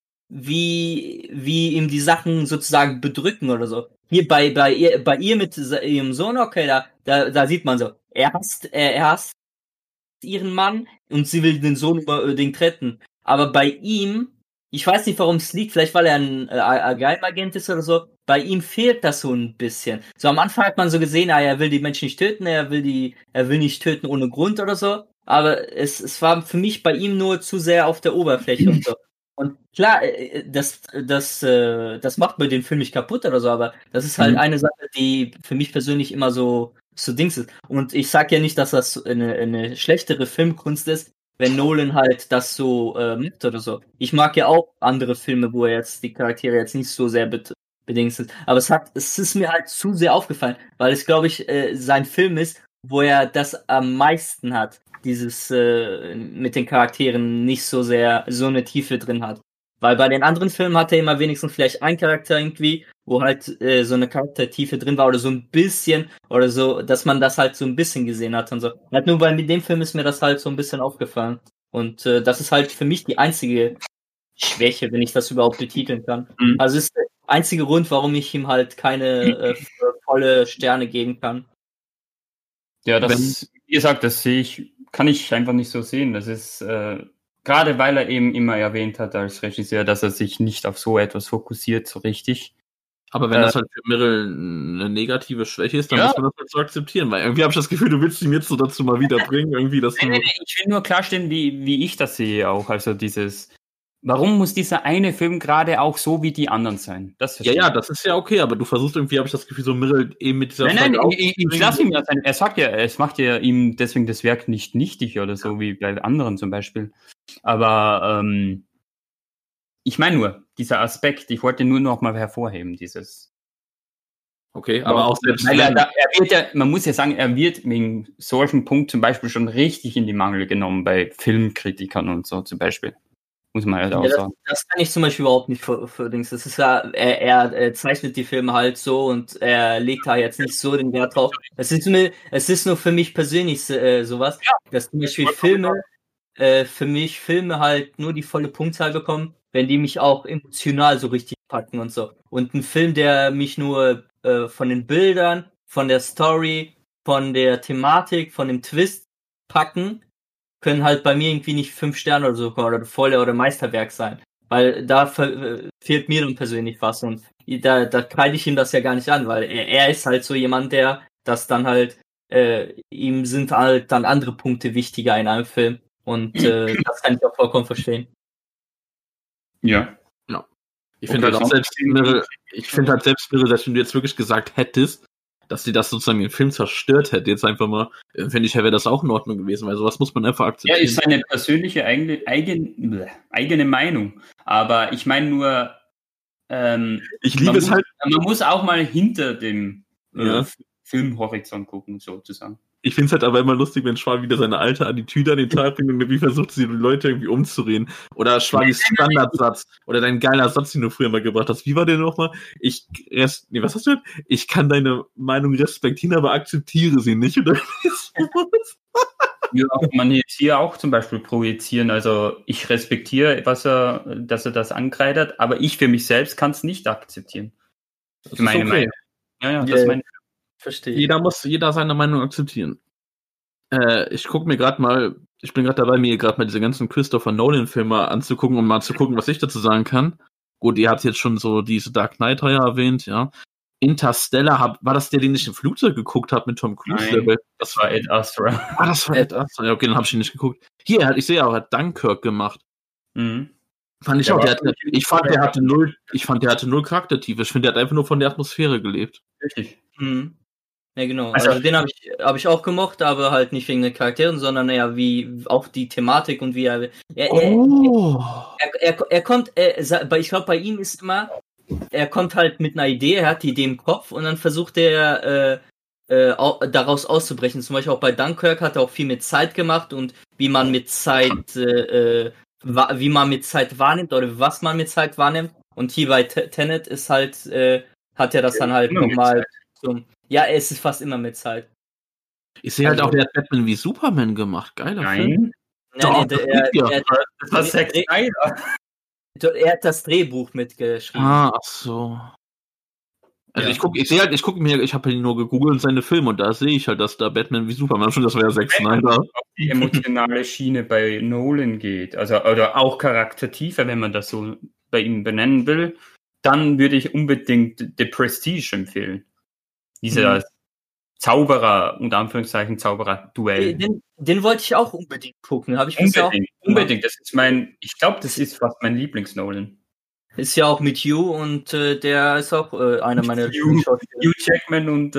ihm die Sachen sozusagen bedrücken oder so. Hier bei ihr mit ihrem Sohn, okay, da sieht man so, er hasst ihren Mann und sie will den Sohn unbedingt retten. Aber bei ihm, ich weiß nicht, warum es liegt, vielleicht weil er ein Geheimagent ist oder so, bei ihm fehlt das so ein bisschen. So am Anfang hat man so gesehen, er will die Menschen nicht töten, er will nicht töten ohne Grund oder so. Aber es war für mich bei ihm nur zu sehr auf der Oberfläche und so. Und klar, das macht mir den Film nicht kaputt oder so, aber das ist halt eine Sache, die für mich persönlich immer so Dings ist. Und ich sag ja nicht, dass das eine schlechtere Filmkunst ist, wenn Nolan halt das so macht oder so. Ich mag ja auch andere Filme, wo er jetzt die Charaktere jetzt nicht so sehr bedingt sind. Aber es ist mir halt zu sehr aufgefallen, weil es, glaube ich, sein Film ist, wo er das am meisten hat. Dieses mit den Charakteren nicht so sehr so eine Tiefe drin hat. Weil bei den anderen Filmen hat er immer wenigstens vielleicht einen Charakter irgendwie, wo halt so eine Charaktertiefe drin war oder so ein bisschen oder so, dass man das halt so ein bisschen gesehen hat und so. Halt nur bei dem Film ist mir das halt so ein bisschen aufgefallen. Und das ist halt für mich die einzige Schwäche, wenn ich das überhaupt betiteln kann. Also ist der einzige Grund, warum ich ihm halt keine volle Sterne geben kann. Ja, wie gesagt, kann ich einfach nicht so sehen. Das ist, gerade weil er eben immer erwähnt hat als Regisseur, dass er sich nicht auf so etwas fokussiert, so richtig. Aber wenn das halt für Meryl eine negative Schwäche ist, dann muss man das halt so akzeptieren, weil irgendwie habe ich das Gefühl, du willst ihn jetzt so dazu mal wiederbringen, irgendwie, dass Nee, ich will nur klarstellen, wie ich das sehe auch. Also warum muss dieser eine Film gerade auch so wie die anderen sein? Das ja, das ist ja okay, aber du versuchst irgendwie, habe ich das Gefühl, so Meryl eben mit dieser Nein, ich lasse ihm ja sein. Er sagt ja, es macht ja ihm deswegen das Werk nicht nichtig oder so, wie bei anderen zum Beispiel. Aber ich meine nur, dieser Aspekt, ich wollte nur noch mal hervorheben, dieses. Okay, aber auch selbst. Weil man muss ja sagen, er wird wegen solchen Punkt zum Beispiel schon richtig in die Mangel genommen bei Filmkritikern und so zum Beispiel. Muss man halt auch sagen. Das kann ich zum Beispiel überhaupt nicht für Dings. Das ist ja, er zeichnet die Filme halt so und er legt da jetzt nicht so den Wert drauf. Es ist nur für mich persönlich sowas, dass zum Beispiel für mich Filme halt nur die volle Punktzahl bekommen, wenn die mich auch emotional so richtig packen und so. Und ein Film, der mich nur von den Bildern, von der Story, von der Thematik, von dem Twist packen, können halt bei mir irgendwie nicht 5 Sterne oder so oder volle oder Meisterwerk sein. Weil da fehlt mir dann persönlich was und da kreide ich ihm das ja gar nicht an, weil er ist halt so jemand, der das dann halt, ihm sind halt dann andere Punkte wichtiger in einem Film und das kann ich auch vollkommen verstehen. Ja. Ich finde halt selbst Meryl, dass wenn du jetzt wirklich gesagt hättest, dass sie das sozusagen den Film zerstört hätte, jetzt einfach mal, finde ich, wäre das auch in Ordnung gewesen, weil sowas muss man einfach akzeptieren. Ja, ist seine persönliche eigene Meinung. Aber ich meine nur, ich liebe es halt. Man muss auch mal hinter dem Filmhorizont gucken, sozusagen. Ich finde es halt aber immer lustig, wenn Schwan wieder seine alte Attitüde an den Tag bringt und irgendwie versucht, die Leute irgendwie umzureden. Oder Schwanis Standardsatz. Oder dein geiler Satz, den du früher mal gebracht hast. Wie war der nochmal? Was hast du denn? Ich kann deine Meinung respektieren, aber akzeptiere sie nicht. Oder Ja, kann man jetzt hier auch zum Beispiel projizieren. Also ich respektiere, dass er das ankreidet, aber ich für mich selbst kann es nicht akzeptieren. Für meine Meinung. Ja, das ist meine. Verstehe. Jeder seine Meinung akzeptieren. Ich bin gerade dabei, mir gerade mal diese ganzen Christopher Nolan-Filme anzugucken, um mal zu gucken, was ich dazu sagen kann. Gut, ihr habt jetzt schon so diese Dark Knight-Reihe erwähnt, ja. Interstellar, war das der, den ich im Flugzeug geguckt habe mit Tom Cruise? Nein, das war Ad Astra. Das war Ad Astra. Ja, okay, dann habe ich ihn nicht geguckt. Hier, ich sehe auch, er hat Dunkirk gemacht. Mhm. Fand ich auch. Ich fand, der hatte null Charaktertiefe. Ich finde, der hat einfach nur von der Atmosphäre gelebt. Richtig. Mhm. Ja, genau. Also den habe ich auch gemocht, aber halt nicht wegen den Charakteren, sondern wie auch die Thematik und wie er kommt, ich glaube, bei ihm ist immer, er kommt halt mit einer Idee, er hat die Idee im Kopf und dann versucht er daraus auszubrechen. Zum Beispiel auch bei Dunkirk hat er auch viel mit Zeit gemacht und wie man mit Zeit wahrnimmt oder was man mit Zeit wahrnimmt. Und hier bei Tenet ist halt, hat er das dann halt nochmal ja, es ist fast immer mit Zeit. Ich sehe halt auch, der hat Batman wie Superman gemacht. Geiler Film. Nein, das war Zack Snyder. Er hat das Drehbuch mitgeschrieben. Ach so. Also ich habe ihn nur gegoogelt seine Filme und da sehe ich halt, dass da Batman wie Superman schon, das war ja Zack Snyder. Auf die emotionale Schiene bei Nolan geht, also oder auch charaktertiefer, wenn man das so bei ihm benennen will, dann würde ich unbedingt The Prestige empfehlen. Dieser Zauberer, unter Anführungszeichen Zauberer-Duell. Den wollte ich auch unbedingt gucken. Unbedingt. Das ist ich glaube, das ist fast mein Lieblings-Nolan. Ist ja auch mit Hugh und der ist auch einer meiner Hugh Jackman und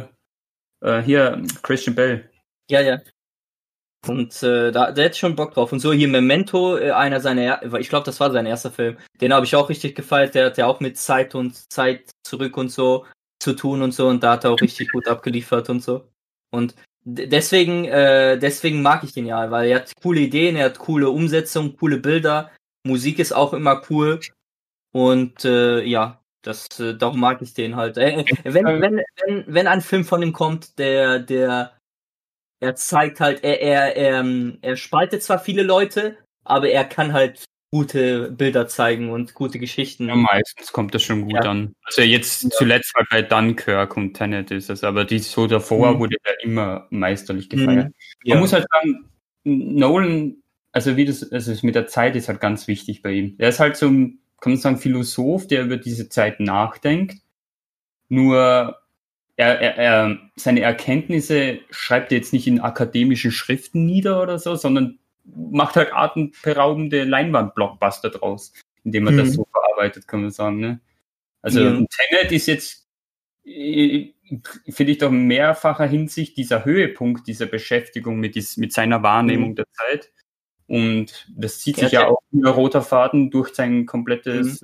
hier Christian Bale. Ja. Und der hätte schon Bock drauf. Und so hier Memento, ich glaube, das war sein erster Film. Den habe ich auch richtig gefeiert. Der hat ja auch mit Zeit zurück und so zu tun und so. Und da hat er auch richtig gut abgeliefert und so. Und deswegen mag ich den ja, weil er hat coole Ideen, er hat coole Umsetzung, coole Bilder. Musik ist auch immer cool. Und darum mag ich den halt. Wenn ein Film von ihm kommt, er zeigt halt, er spaltet zwar viele Leute, aber er kann halt gute Bilder zeigen und gute Geschichten. Ja, meistens kommt das schon gut an. Also jetzt zuletzt halt bei Dunkirk und Tenet ist es, aber die so davor wurde er immer meisterlich gefeiert. Man muss halt sagen, Nolan, also mit der Zeit ist halt ganz wichtig bei ihm. Er ist halt so ein, kann man sagen, Philosoph, der über diese Zeit nachdenkt. Nur er seine Erkenntnisse schreibt er jetzt nicht in akademischen Schriften nieder oder so, sondern macht halt atemberaubende Leinwand-Blockbuster draus, indem er das so verarbeitet, kann man sagen. Ne? Also Tenet ist jetzt, finde ich, doch in mehrfacher Hinsicht dieser Höhepunkt dieser Beschäftigung mit seiner Wahrnehmung der Zeit. Und das zieht sich ja auch wie ein roter Faden durch sein komplettes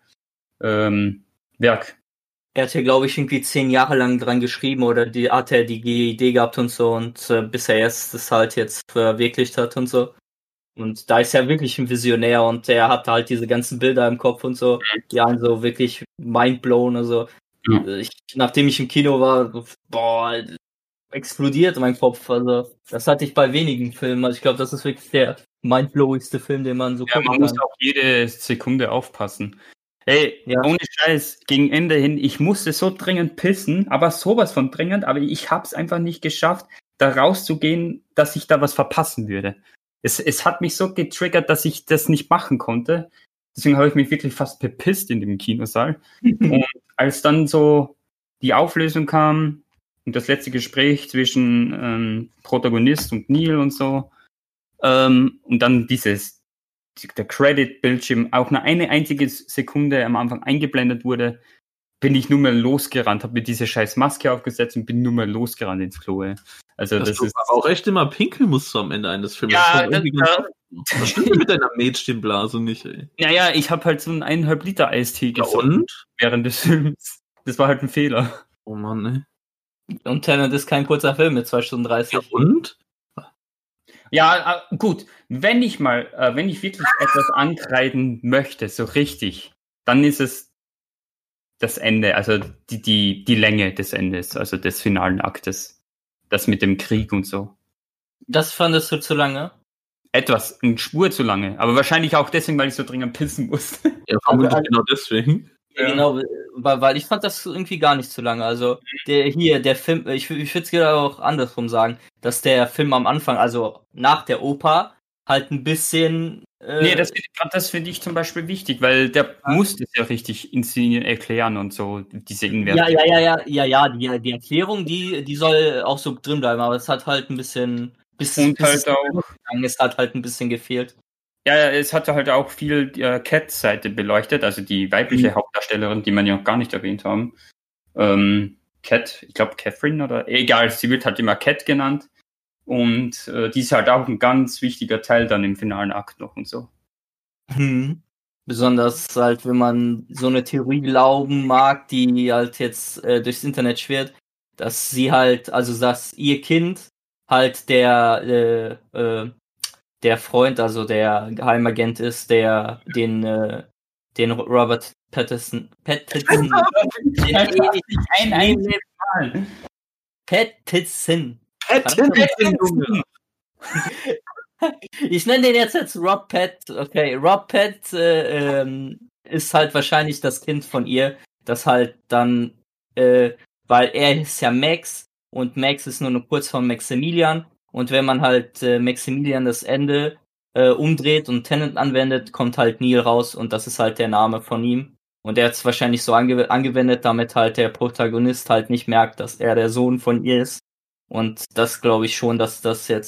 Werk. Er hat ja, glaube ich, irgendwie 10 Jahre lang dran geschrieben oder hat er die Idee gehabt und so und bis er das halt jetzt verwirklicht hat und so. Und da ist er wirklich ein Visionär und er hat halt diese ganzen Bilder im Kopf und so, die einen so wirklich mindblown. Also nachdem ich im Kino war, explodiert mein Kopf. Also das hatte ich bei wenigen Filmen. Also ich glaube, das ist wirklich der mindblowigste Film, den man so gucken kann. Man muss auch jede Sekunde aufpassen. Hey, ohne Scheiß, gegen Ende hin, ich musste so dringend pissen, aber sowas von dringend, aber ich hab's einfach nicht geschafft, da rauszugehen, dass ich da was verpassen würde. Es hat mich so getriggert, dass ich das nicht machen konnte. Deswegen habe ich mich wirklich fast bepisst in dem Kinosaal. Und als dann so die Auflösung kam und das letzte Gespräch zwischen Protagonist und Neil und so, und dann der Credit-Bildschirm auch nur eine einzige Sekunde am Anfang eingeblendet wurde, bin ich nur mehr losgerannt, habe mir diese scheiß Maske aufgesetzt und bin nur mehr losgerannt ins Klo. Also das ist aber auch echt immer pinkeln musst du am Ende eines Films. Ja, das stimmt mit deiner Mädchenblase nicht, ey. Naja, ich habe halt so einen 1,5 Liter Eistee gesoffen während des Films. Das war halt ein Fehler. Oh Mann, ey. Und Tenet ist kein kurzer Film mit 2 Stunden 30. Ja, und? Ja, gut. Wenn ich wirklich etwas ankreiden möchte, so richtig, dann ist es das Ende, also die Länge des Endes, also des finalen Aktes. Das mit dem Krieg und so. Das fandest du zu lange? Etwas, eine Spur zu lange. Aber wahrscheinlich auch deswegen, weil ich so dringend pissen musste. Ja, vermutlich genau deswegen. Ja. Genau, weil ich fand das irgendwie gar nicht zu lange. Also der Film, ich würde es gerne auch andersrum sagen, dass der Film am Anfang, also nach der Oper, halt ein bisschen... Nee, das finde ich zum Beispiel wichtig, weil der muss das ja richtig inszenieren, erklären und so, diese Inversion. Ja, die Erklärung, die soll auch so drin bleiben, aber es hat halt ein bisschen... Und halt auch... Es hat halt ein bisschen gefehlt. Ja, es hatte halt auch viel Cat-Seite beleuchtet, also die weibliche Hauptdarstellerin, die man ja noch gar nicht erwähnt haben. Cat, ich glaube Catherine oder egal, sie wird halt immer Cat genannt. Und die ist halt auch ein ganz wichtiger Teil dann im finalen Akt noch und so. Besonders halt, wenn man so eine Theorie glauben mag, die halt jetzt durchs Internet schwirrt, dass sie halt, also dass ihr Kind halt der Freund, also der Geheimagent ist, der den Robert Pattinson ich nenne den jetzt Rob Pat. Okay, Rob Pat ist halt wahrscheinlich das Kind von ihr, das halt dann, weil er ist ja Max und Max ist nur eine Kurzform Maximilian und wenn man halt Maximilian das Ende umdreht und Tenet anwendet, kommt halt Neil raus und das ist halt der Name von ihm. Und er hat es wahrscheinlich so angewendet, damit halt der Protagonist halt nicht merkt, dass er der Sohn von ihr ist. Und das glaube ich schon, dass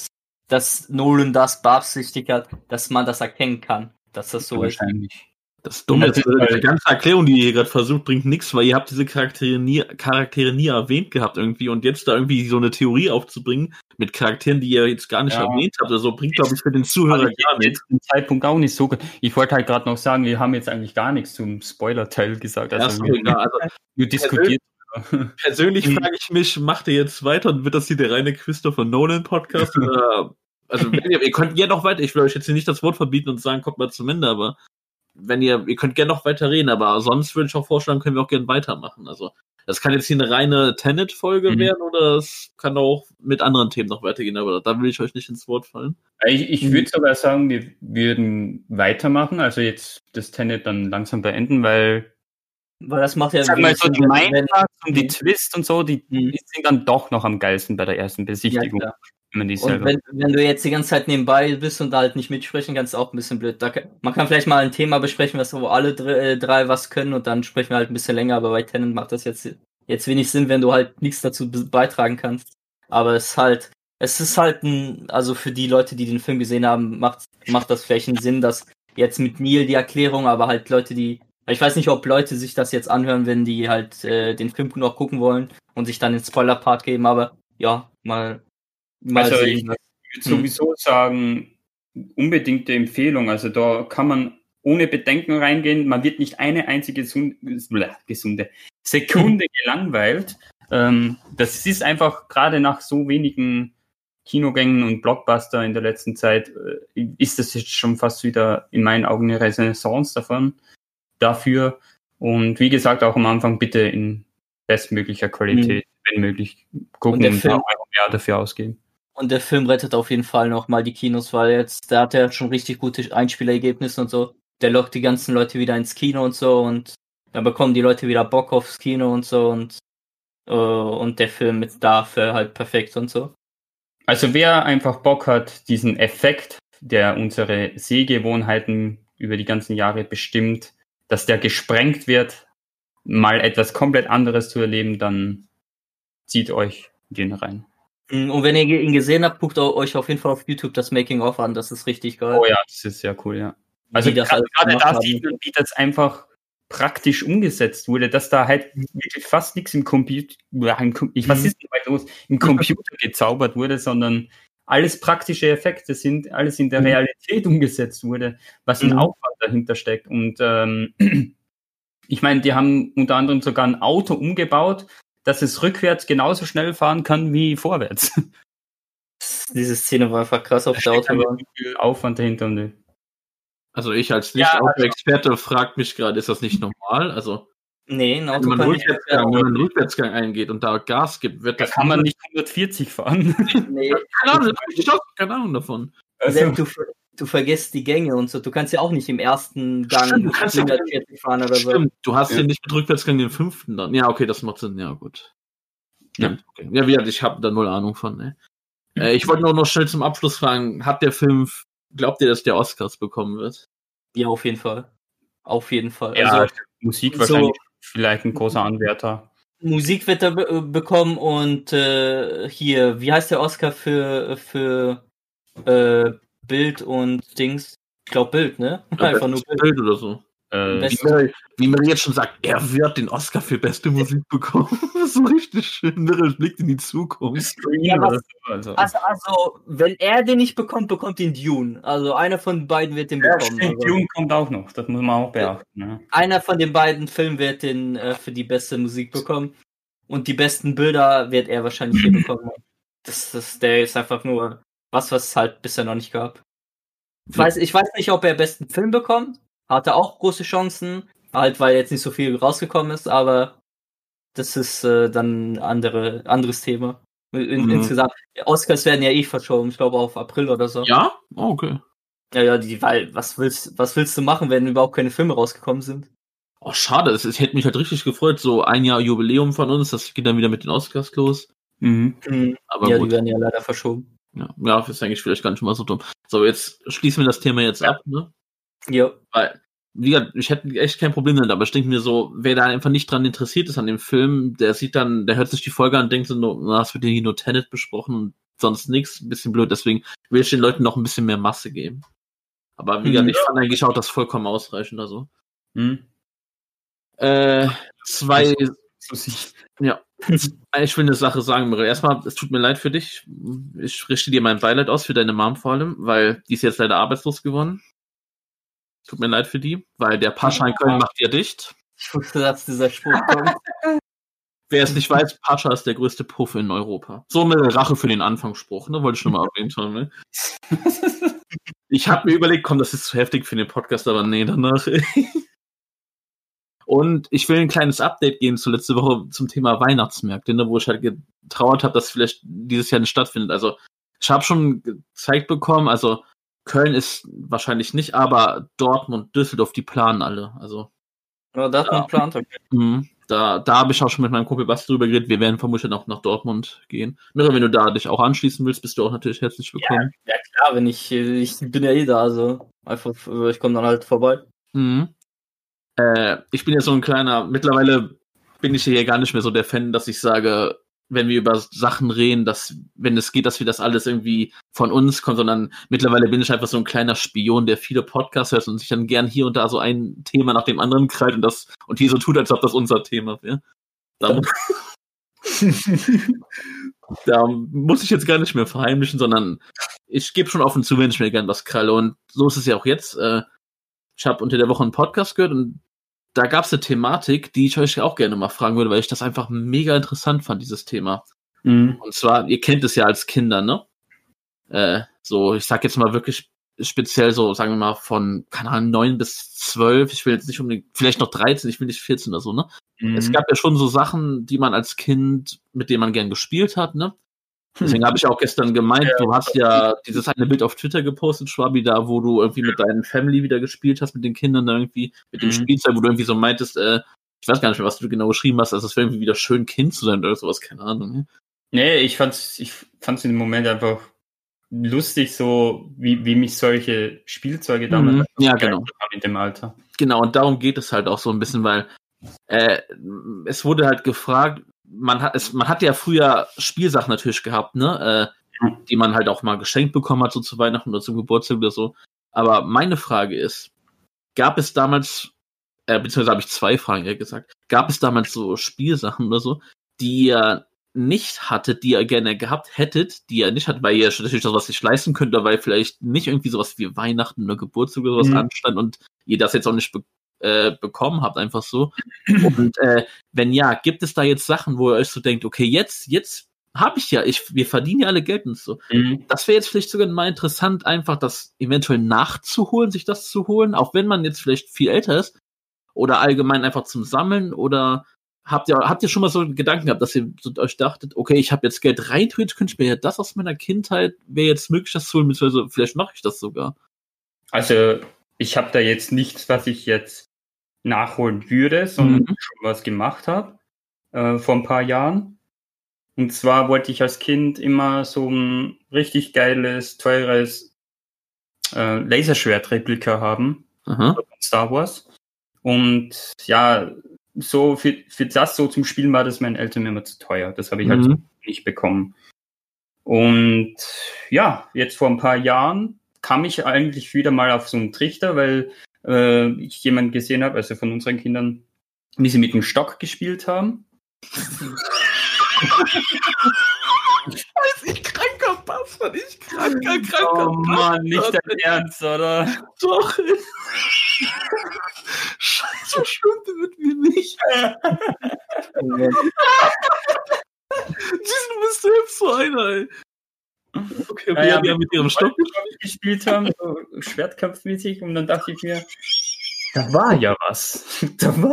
Nolan das beabsichtigt hat, dass man das erkennen kann, dass das so ist. Das Dumme ist, die ganze Erklärung, die ihr hier gerade versucht, bringt nichts, weil ihr habt diese Charaktere nie erwähnt gehabt irgendwie und jetzt da irgendwie so eine Theorie aufzubringen mit Charakteren, die ihr jetzt gar nicht erwähnt habt, also bringt, glaube ich, für den Zuhörer gar nichts. Zum Zeitpunkt auch nicht so gut. Ich wollte halt gerade noch sagen, wir haben jetzt eigentlich gar nichts zum Spoiler-Teil gesagt. Also wir diskutiert. Persönlich frage ich mich, macht ihr jetzt weiter und wird das hier der reine Christopher Nolan Podcast? Oder, also ihr könnt gerne noch weiter, ich will euch jetzt hier nicht das Wort verbieten und sagen, kommt mal zum Ende, aber ihr könnt gerne noch weiter reden, aber sonst würde ich auch vorschlagen, können wir auch gerne weitermachen. Also das kann jetzt hier eine reine Tenet-Folge werden oder es kann auch mit anderen Themen noch weitergehen, aber da will ich euch nicht ins Wort fallen. Ich würde sogar sagen, wir würden weitermachen, also jetzt das Tenet dann langsam beenden, weil das macht ja... Sag mal so, die Mindfucks und die Twists und so, die sind dann doch noch am geilsten bei der ersten Besichtigung. Ja, wenn du jetzt die ganze Zeit nebenbei bist und da halt nicht mitsprechen kannst, ist auch ein bisschen blöd. Man kann vielleicht mal ein Thema besprechen, wo alle drei was können und dann sprechen wir halt ein bisschen länger, aber bei Tenet macht das jetzt wenig Sinn, wenn du halt nichts dazu beitragen kannst. Aber es ist halt also für die Leute, die den Film gesehen haben, macht das vielleicht einen Sinn, dass jetzt mit Neil die Erklärung, aber halt Leute, ich weiß nicht, ob Leute sich das jetzt anhören, wenn die halt den Film noch gucken wollen und sich dann den Spoiler-Part geben, aber ja, mal also sehen. Ich würde sowieso sagen, unbedingte Empfehlung. Also da kann man ohne Bedenken reingehen. Man wird nicht eine einzige gesunde Sekunde gelangweilt. Das ist einfach gerade nach so wenigen Kinogängen und Blockbuster in der letzten Zeit, ist das jetzt schon fast wieder in meinen Augen eine Renaissance dafür. Und wie gesagt, auch am Anfang bitte in bestmöglicher Qualität, wenn möglich, gucken und Euro mehr dafür ausgeben. Und der Film rettet auf jeden Fall nochmal die Kinos, weil der hat ja schon richtig gute Einspielergebnisse und so. Der lockt die ganzen Leute wieder ins Kino und so und dann bekommen die Leute wieder Bock aufs Kino und so und der Film ist dafür halt perfekt und so. Also wer einfach Bock hat, diesen Effekt, der unsere Sehgewohnheiten über die ganzen Jahre bestimmt, dass der gesprengt wird, mal etwas komplett anderes zu erleben, dann zieht euch den rein. Und wenn ihr ihn gesehen habt, guckt euch auf jeden Fall auf YouTube das Making-of an, das ist richtig geil. Oh ja, das ist sehr cool, ja. Also gerade da sieht man, wie das einfach praktisch umgesetzt wurde, dass da halt wirklich fast nichts im Computer, im Computer gezaubert wurde, sondern alles praktische Effekte sind, alles in der Realität umgesetzt wurde, was ein Aufwand dahinter steckt. Und ich meine, die haben unter anderem sogar ein Auto umgebaut, dass es rückwärts genauso schnell fahren kann wie vorwärts. Diese Szene war einfach krass auf der Autobahn. Viel Aufwand dahinter. Und Also ich als Nicht-Auto-Experte frage mich gerade, ist das nicht normal? Also Nee, ein wenn Auto man kann einen Rückwärtsgang eingeht und da Gas gibt, wird da das kann man nicht 140 fahren. Nee, keine Ahnung davon. Sepp, du vergisst die Gänge und so. Du kannst ja auch nicht im ersten Gang Stimmt, du kannst ja 140 fahren oder so. Stimmt, du hast ja nicht mit Rückwärtsgang den 5. dann. Ja, okay, das macht Sinn. Ja, gut. Ja, okay. Ja, wie gesagt, ich habe da null Ahnung von. Ne? Ich wollte nur noch schnell zum Abschluss fragen, hat der Film, glaubt ihr, dass der Oscars bekommen wird? Ja, auf jeden Fall. Auf jeden Fall. Ja, Also Musik wahrscheinlich vielleicht ein großer Anwärter. Musik wird er bekommen und hier, wie heißt der Oscar für Bild und Dings? Ich glaube Bild, ne? Einfach nur Bild oder so. Wie Mary jetzt schon sagt, er wird den Oscar für beste Musik bekommen. So richtig schön, Meryl blickt in die Zukunft. Ja, also, wenn er den nicht bekommt, bekommt ihn Dune. Also einer von beiden wird den bekommen. Stimmt, Also. Dune kommt auch noch, das muss man auch beachten. Ne? Einer von den beiden Filmen wird den für die beste Musik bekommen. Und die besten Bilder wird er wahrscheinlich hier bekommen. Der ist einfach nur was es halt bisher noch nicht gab. Ich weiß nicht, ob er besten Film bekommt. Hatte auch große Chancen, halt weil jetzt nicht so viel rausgekommen ist, aber das ist dann ein anderes Thema. Insgesamt. Oscars werden ja verschoben, ich glaube auf April oder so. Ja? Oh, okay. Ja, weil was willst du machen, wenn überhaupt keine Filme rausgekommen sind? Oh, schade, es hätte mich halt richtig gefreut, so ein Jahr Jubiläum von uns, das geht dann wieder mit den Oscars los. Aber ja, gut. Die werden ja leider verschoben. Ja, ist eigentlich vielleicht gar nicht mal so dumm. So, jetzt schließen wir das Thema jetzt ab, ne? Ja. Weil, wie gesagt, ich hätte echt kein Problem damit, aber ich denke mir so, wer da einfach nicht dran interessiert ist an dem Film, der hört sich die Folge an und denkt so, es wird hier nur Tenet besprochen und sonst nichts, ein bisschen blöd, deswegen will ich den Leuten noch ein bisschen mehr Masse geben. Aber wie gesagt, ich fand eigentlich auch das vollkommen ausreichend, also. Ich will eine Sache sagen, Mirre. Erstmal, es tut mir leid für dich. Ich richte dir mein Beileid aus, für deine Mom vor allem, weil die ist jetzt leider arbeitslos geworden. Tut mir leid für die, weil der Pascha in Köln macht ja dicht. Ich wusste, dass dieser Spruch kommt. Wer es nicht weiß, Pascha ist der größte Puff in Europa. So eine Rache für den Anfangsspruch, ne? Wollte ich schon mal erwähnt haben, ne? Ich habe mir überlegt, komm, das ist zu heftig für den Podcast, aber nee, danach. Und ich will ein kleines Update geben zu letzte Woche zum Thema Weihnachtsmärkte, ne, wo ich halt getrauert habe, dass vielleicht dieses Jahr nicht stattfindet. Also ich habe schon gezeigt bekommen, also Köln ist wahrscheinlich nicht, aber Dortmund, Düsseldorf, die planen alle. Also ja, Dortmund plant. Okay. Da habe ich auch schon mit meinem Kumpel Basti drüber geredet. Wir werden vermutlich noch nach Dortmund gehen. Mirre, wenn du da dich auch anschließen willst, bist du auch natürlich herzlich willkommen. Ja klar, wenn ich bin ja eh da, also einfach, ich komme dann halt vorbei. Ich bin ja so ein kleiner, mittlerweile bin ich hier gar nicht mehr so der Fan, dass ich sage, wenn wir über Sachen reden, dass, wenn es geht, dass wir das alles irgendwie von uns kommen, sondern mittlerweile bin ich einfach so ein kleiner Spion, der viele Podcasts hört und sich dann gern hier und da so ein Thema nach dem anderen krallt und hier so tut, als ob das unser Thema wäre. Da muss ich jetzt gar nicht mehr verheimlichen, sondern ich gebe schon offen zu, wenn ich mir gern was kralle. Und so ist es ja auch jetzt. Ich habe unter der Woche einen Podcast gehört und da gab es eine Thematik, die ich euch auch gerne mal fragen würde, weil ich das einfach mega interessant fand, dieses Thema. Und zwar, ihr kennt es ja als Kinder, ne? So, ich sag jetzt mal wirklich speziell so, sagen wir mal, von, keine Ahnung, 9 bis 12, ich will jetzt nicht unbedingt, vielleicht noch 13, ich will nicht 14 oder so, ne? Es gab ja schon so Sachen, die man als Kind, mit denen man gern gespielt hat, ne? Deswegen habe ich auch gestern gemeint, du hast ja dieses eine Bild auf Twitter gepostet, Schwabi, da, wo du irgendwie mit deinen Family wieder gespielt hast, mit den Kindern da irgendwie, mit dem Spielzeug, wo du irgendwie so meintest, ich weiß gar nicht mehr, was du genau geschrieben hast, also es wäre irgendwie wieder schön, Kind zu sein oder sowas, keine Ahnung. Ne? Nee, ich fand's in dem Moment einfach lustig, so wie mich solche Spielzeuge damals genau. in dem Alter. Genau, und darum geht es halt auch so ein bisschen, weil es wurde halt gefragt, man hat ja früher Spielsachen natürlich gehabt, ne, die man halt auch mal geschenkt bekommen hat, so zu Weihnachten oder zum Geburtstag oder so. Aber meine Frage ist, gab es damals, beziehungsweise habe ich 2 Fragen eher gesagt, gab es damals so Spielsachen oder so, die ihr nicht hattet, die ihr gerne gehabt hättet, die ihr nicht hattet, weil ihr natürlich das was sich leisten könnt, weil vielleicht nicht irgendwie sowas wie Weihnachten oder Geburtstag oder sowas anstand und ihr das jetzt auch nicht bekommen habt, einfach so. Und wenn ja, gibt es da jetzt Sachen, wo ihr euch so denkt, okay, jetzt habe ich ja, wir verdienen ja alle Geld und so. Das wäre jetzt vielleicht sogar mal interessant, einfach das eventuell nachzuholen, sich das zu holen, auch wenn man jetzt vielleicht viel älter ist oder allgemein einfach zum Sammeln, oder habt ihr schon mal so einen Gedanken gehabt, dass ihr so euch dachtet, okay, ich habe jetzt Geld rein, theoretisch könnte ich mir ja das aus meiner Kindheit, wäre jetzt möglich, das zu holen, beziehungsweise vielleicht mache ich das sogar. Also ich habe da jetzt nichts, was ich jetzt nachholen würde, sondern schon was gemacht habe vor ein paar Jahren. Und zwar wollte ich als Kind immer so ein richtig geiles, teures Laserschwert-Replika haben von Star Wars. Und ja, so für das so zum Spielen war das meinen Eltern immer zu teuer. Das habe ich halt so nicht bekommen. Und ja, jetzt vor ein paar Jahren kam ich eigentlich wieder mal auf so einen Trichter, weil ich jemanden gesehen habe, also von unseren Kindern, wie sie mit dem Stock gespielt haben. Ich kranker Bastard, kranker Oh Mann, nicht dein Ernst, oder? Doch. Scheiße, stimmt mit mir nicht. Du bist selbst so einer, ey. Okay, ja, die haben mit ihrem Stock gespielt haben, so schwertkampfmäßig, und dann dachte ich mir, da war ja was.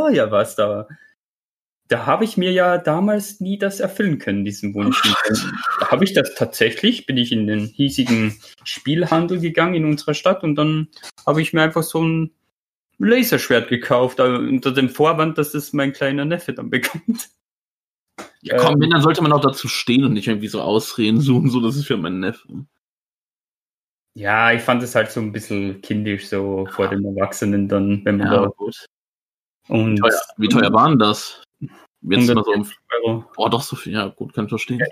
Da habe ich mir ja damals nie das erfüllen können, diesen Wunsch. Da habe ich das tatsächlich, bin ich in den hiesigen Spielhandel gegangen in unserer Stadt, und dann habe ich mir einfach so ein Laserschwert gekauft, unter dem Vorwand, dass es mein kleiner Neffe dann bekommt. Ja komm, dann sollte man auch dazu stehen und nicht irgendwie so Ausreden suchen, so, das ist für meinen Neffen. Ja, ich fand es halt so ein bisschen kindisch, so vor den Erwachsenen dann, wenn man da... Gut. Und wie teuer waren das? Jetzt mal so Euro. Boah, doch so viel, ja gut, kann ich verstehen.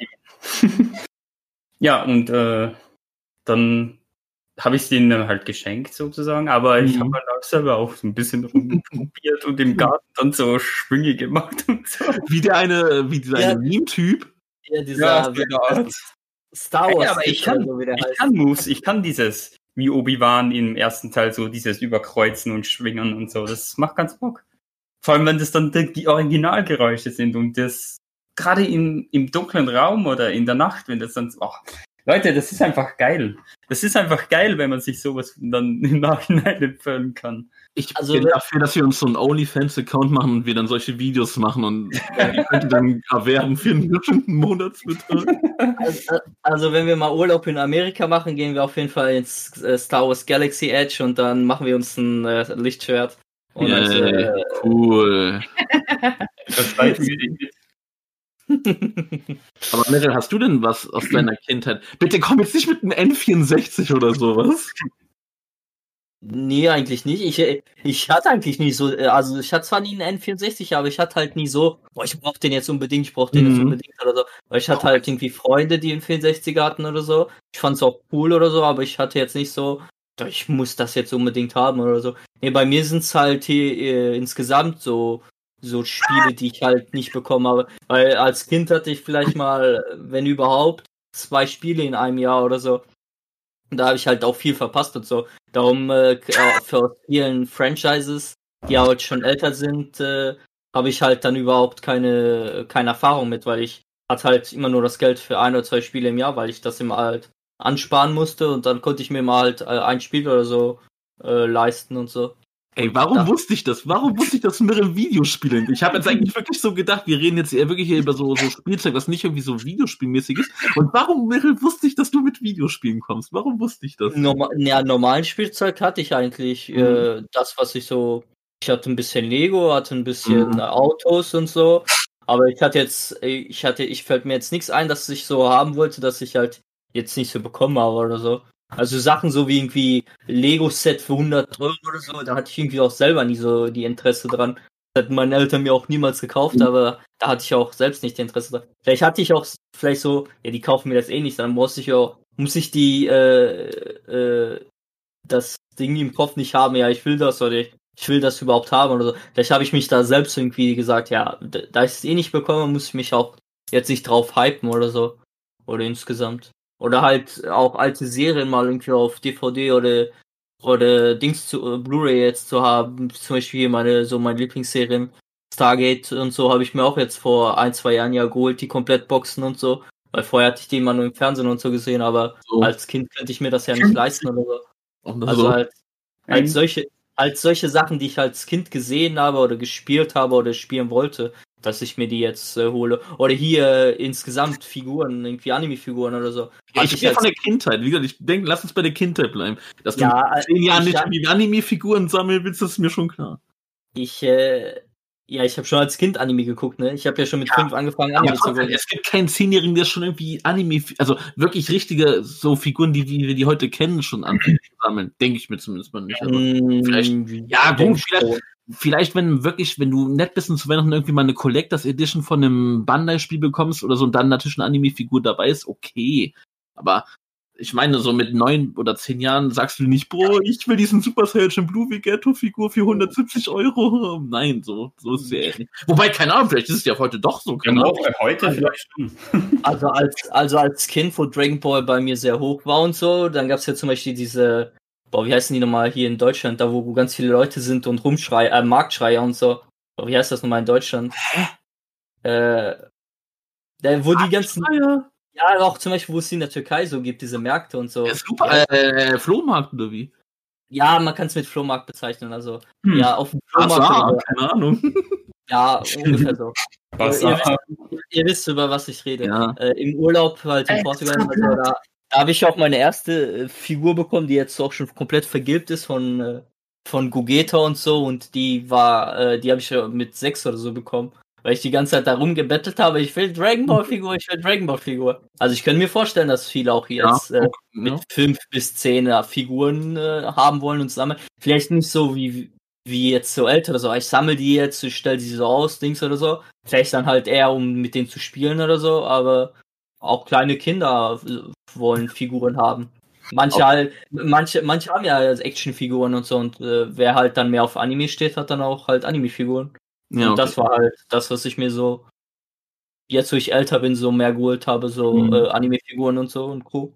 Ja, und dann habe ich es denen dann halt geschenkt sozusagen, aber ich habe halt auch selber auch so ein bisschen rumprobiert und im Garten dann so Schwünge gemacht und so. Wie dieser eine Meme-Typ. Ja, dieser Star Wars. Ja, aber ich kann Moves, ich kann dieses, wie Obi-Wan im ersten Teil, so dieses Überkreuzen und Schwingen und so, das macht ganz Bock. Vor allem, wenn das dann die Originalgeräusche sind und das gerade im dunklen Raum oder in der Nacht, wenn das dann, Leute, das ist einfach geil. Das ist einfach geil, wenn man sich sowas dann im Nachhinein empfehlen kann. Ich bin dafür, dass wir uns so einen OnlyFans-Account machen und wir dann solche Videos machen und die könnt ihr dann erwerben für einen bestimmten Monatsbetrag. Also wenn wir mal Urlaub in Amerika machen, gehen wir auf jeden Fall ins Star Wars Galaxy Edge und dann machen wir uns ein Lichtschwert. Und cool. Das reicht mir nicht. Aber Meryl, hast du denn was aus deiner Kindheit? Bitte komm jetzt nicht mit einem N64 oder sowas. Nee, eigentlich nicht. Ich hatte eigentlich nie so, also ich hatte zwar nie einen N64, aber ich hatte halt nie so, ich brauch den jetzt unbedingt, oder so. Weil ich hatte halt irgendwie Freunde, die einen 64er hatten oder so. Ich fand's auch cool oder so, aber ich hatte jetzt nicht so, ich muss das jetzt unbedingt haben oder so. Nee, bei mir sind's halt hier, insgesamt so Spiele, die ich halt nicht bekommen habe. Weil als Kind hatte ich vielleicht mal, wenn überhaupt, 2 Spiele in einem Jahr oder so. Und da habe ich halt auch viel verpasst und so. Darum für vielen Franchises, die halt schon älter sind, habe ich halt dann überhaupt keine Erfahrung mit, weil ich hatte halt immer nur das Geld für 1 oder 2 Spiele im Jahr, weil ich das immer halt ansparen musste, und dann konnte ich mir mal halt ein Spiel oder so leisten und so. Ey, warum wusste ich das? Warum wusste ich, dass Meryl Videospiele sind? Ich habe jetzt eigentlich wirklich so gedacht, wir reden jetzt eher wirklich hier über so Spielzeug, was nicht irgendwie so Videospielmäßig ist. Und warum, Meryl, wusste ich, dass du mit Videospielen kommst? Warum wusste ich das? Normalen Spielzeug hatte ich eigentlich das, was ich so... Ich hatte ein bisschen Lego, hatte ein bisschen Autos und so. Aber ich fällt mir jetzt nichts ein, dass ich so haben wollte, dass ich halt jetzt nicht so bekommen habe oder so. Also Sachen so wie irgendwie Lego-Set für 100 € oder so, da hatte ich irgendwie auch selber nie so die Interesse dran. Das hatten meine Eltern mir auch niemals gekauft, aber da hatte ich auch selbst nicht die Interesse dran. Vielleicht hatte ich auch so, ja, die kaufen mir das eh nicht, dann muss ich das Ding im Kopf nicht haben, ja, ich will das oder ich will das überhaupt haben oder so. Vielleicht habe ich mich da selbst irgendwie gesagt, ja, da ich es eh nicht bekomme, muss ich mich auch jetzt nicht drauf hypen oder so. Oder insgesamt. Oder halt auch alte Serien mal irgendwie auf DVD oder oder Dings zu Blu-ray jetzt zu haben, zum Beispiel hier meine Lieblingsserien, Stargate und so, habe ich mir auch jetzt vor 1-2 Jahren ja geholt, die Komplettboxen und so, weil vorher hatte ich die immer nur im Fernsehen und so gesehen, aber So. als Kind könnte ich mir das ja nicht leisten oder so. Und das Also so. als solche Sachen, die ich als Kind gesehen habe oder gespielt habe oder spielen wollte, dass ich mir die jetzt hole. Oder hier insgesamt Figuren, irgendwie Anime-Figuren oder so. Ja, ich bin von der Kindheit. Wie gesagt, ich denke, lass uns bei der Kindheit bleiben. Dass du in 10 Jahren nicht die Anime-Figuren sammeln willst, das ist mir schon klar. Ich habe schon als Kind Anime geguckt, ne? Ich habe ja schon mit 5 angefangen, Anime zu gucken. Es gibt keinen 10-Jährigen, der schon irgendwie Anime, also wirklich richtige so Figuren, die wir die heute kennen, schon anfangen zu sammeln. Denke ich mir zumindest mal nicht. Also vielleicht, wenn du nett bist und zu Weihnachten irgendwie mal eine Collectors Edition von einem Bandai-Spiel bekommst oder so und dann natürlich eine Anime-Figur dabei ist, okay. Aber ich meine, so mit 9 oder 10 Jahren sagst du nicht, Bro, ich will diesen Super Saiyan Blue Vegetto-Figur für 170 Euro. Nein, so ist es ja nicht. Wobei, keine Ahnung, vielleicht ist es ja heute doch so. Heute vielleicht schon. Also als Kind, wo Dragon Ball bei mir sehr hoch war und so, dann gab es ja zum Beispiel diese, wie heißen die nochmal hier in Deutschland, da wo ganz viele Leute sind und Marktschreier und so. Wie heißt das nochmal in Deutschland? Wo die ganzen... Ja, auch zum Beispiel, wo es in der Türkei so gibt, diese Märkte und so. Ja, super, Flohmarkt oder wie? Ja, man kann es mit Flohmarkt bezeichnen, also ja, auf dem Flohmarkt. Keine Ahnung. Ja, ungefähr so. Ihr wisst, über was ich rede. Ja. Im Urlaub halt in Portugal, also da habe ich auch meine erste Figur bekommen, die jetzt auch schon komplett vergilbt ist von Gogeta und so, und die habe ich mit 6 oder so bekommen. Weil ich die ganze Zeit da rumgebettelt habe, ich will Dragon Ball Figur. Also ich könnte mir vorstellen, dass viele auch jetzt mit 5 bis 10 Figuren haben wollen und sammeln. Vielleicht nicht so wie jetzt so älter oder so. Ich sammle die jetzt, ich stelle die so aus, Dings oder so. Vielleicht dann halt eher, um mit denen zu spielen oder so, aber auch kleine Kinder wollen Figuren haben. Manche haben ja Actionfiguren und so, und wer halt dann mehr auf Anime steht, hat dann auch halt Anime-Figuren. Ja, und das war halt das, was ich mir so, jetzt wo ich älter bin, so mehr geholt habe, so Anime-Figuren und so und Co.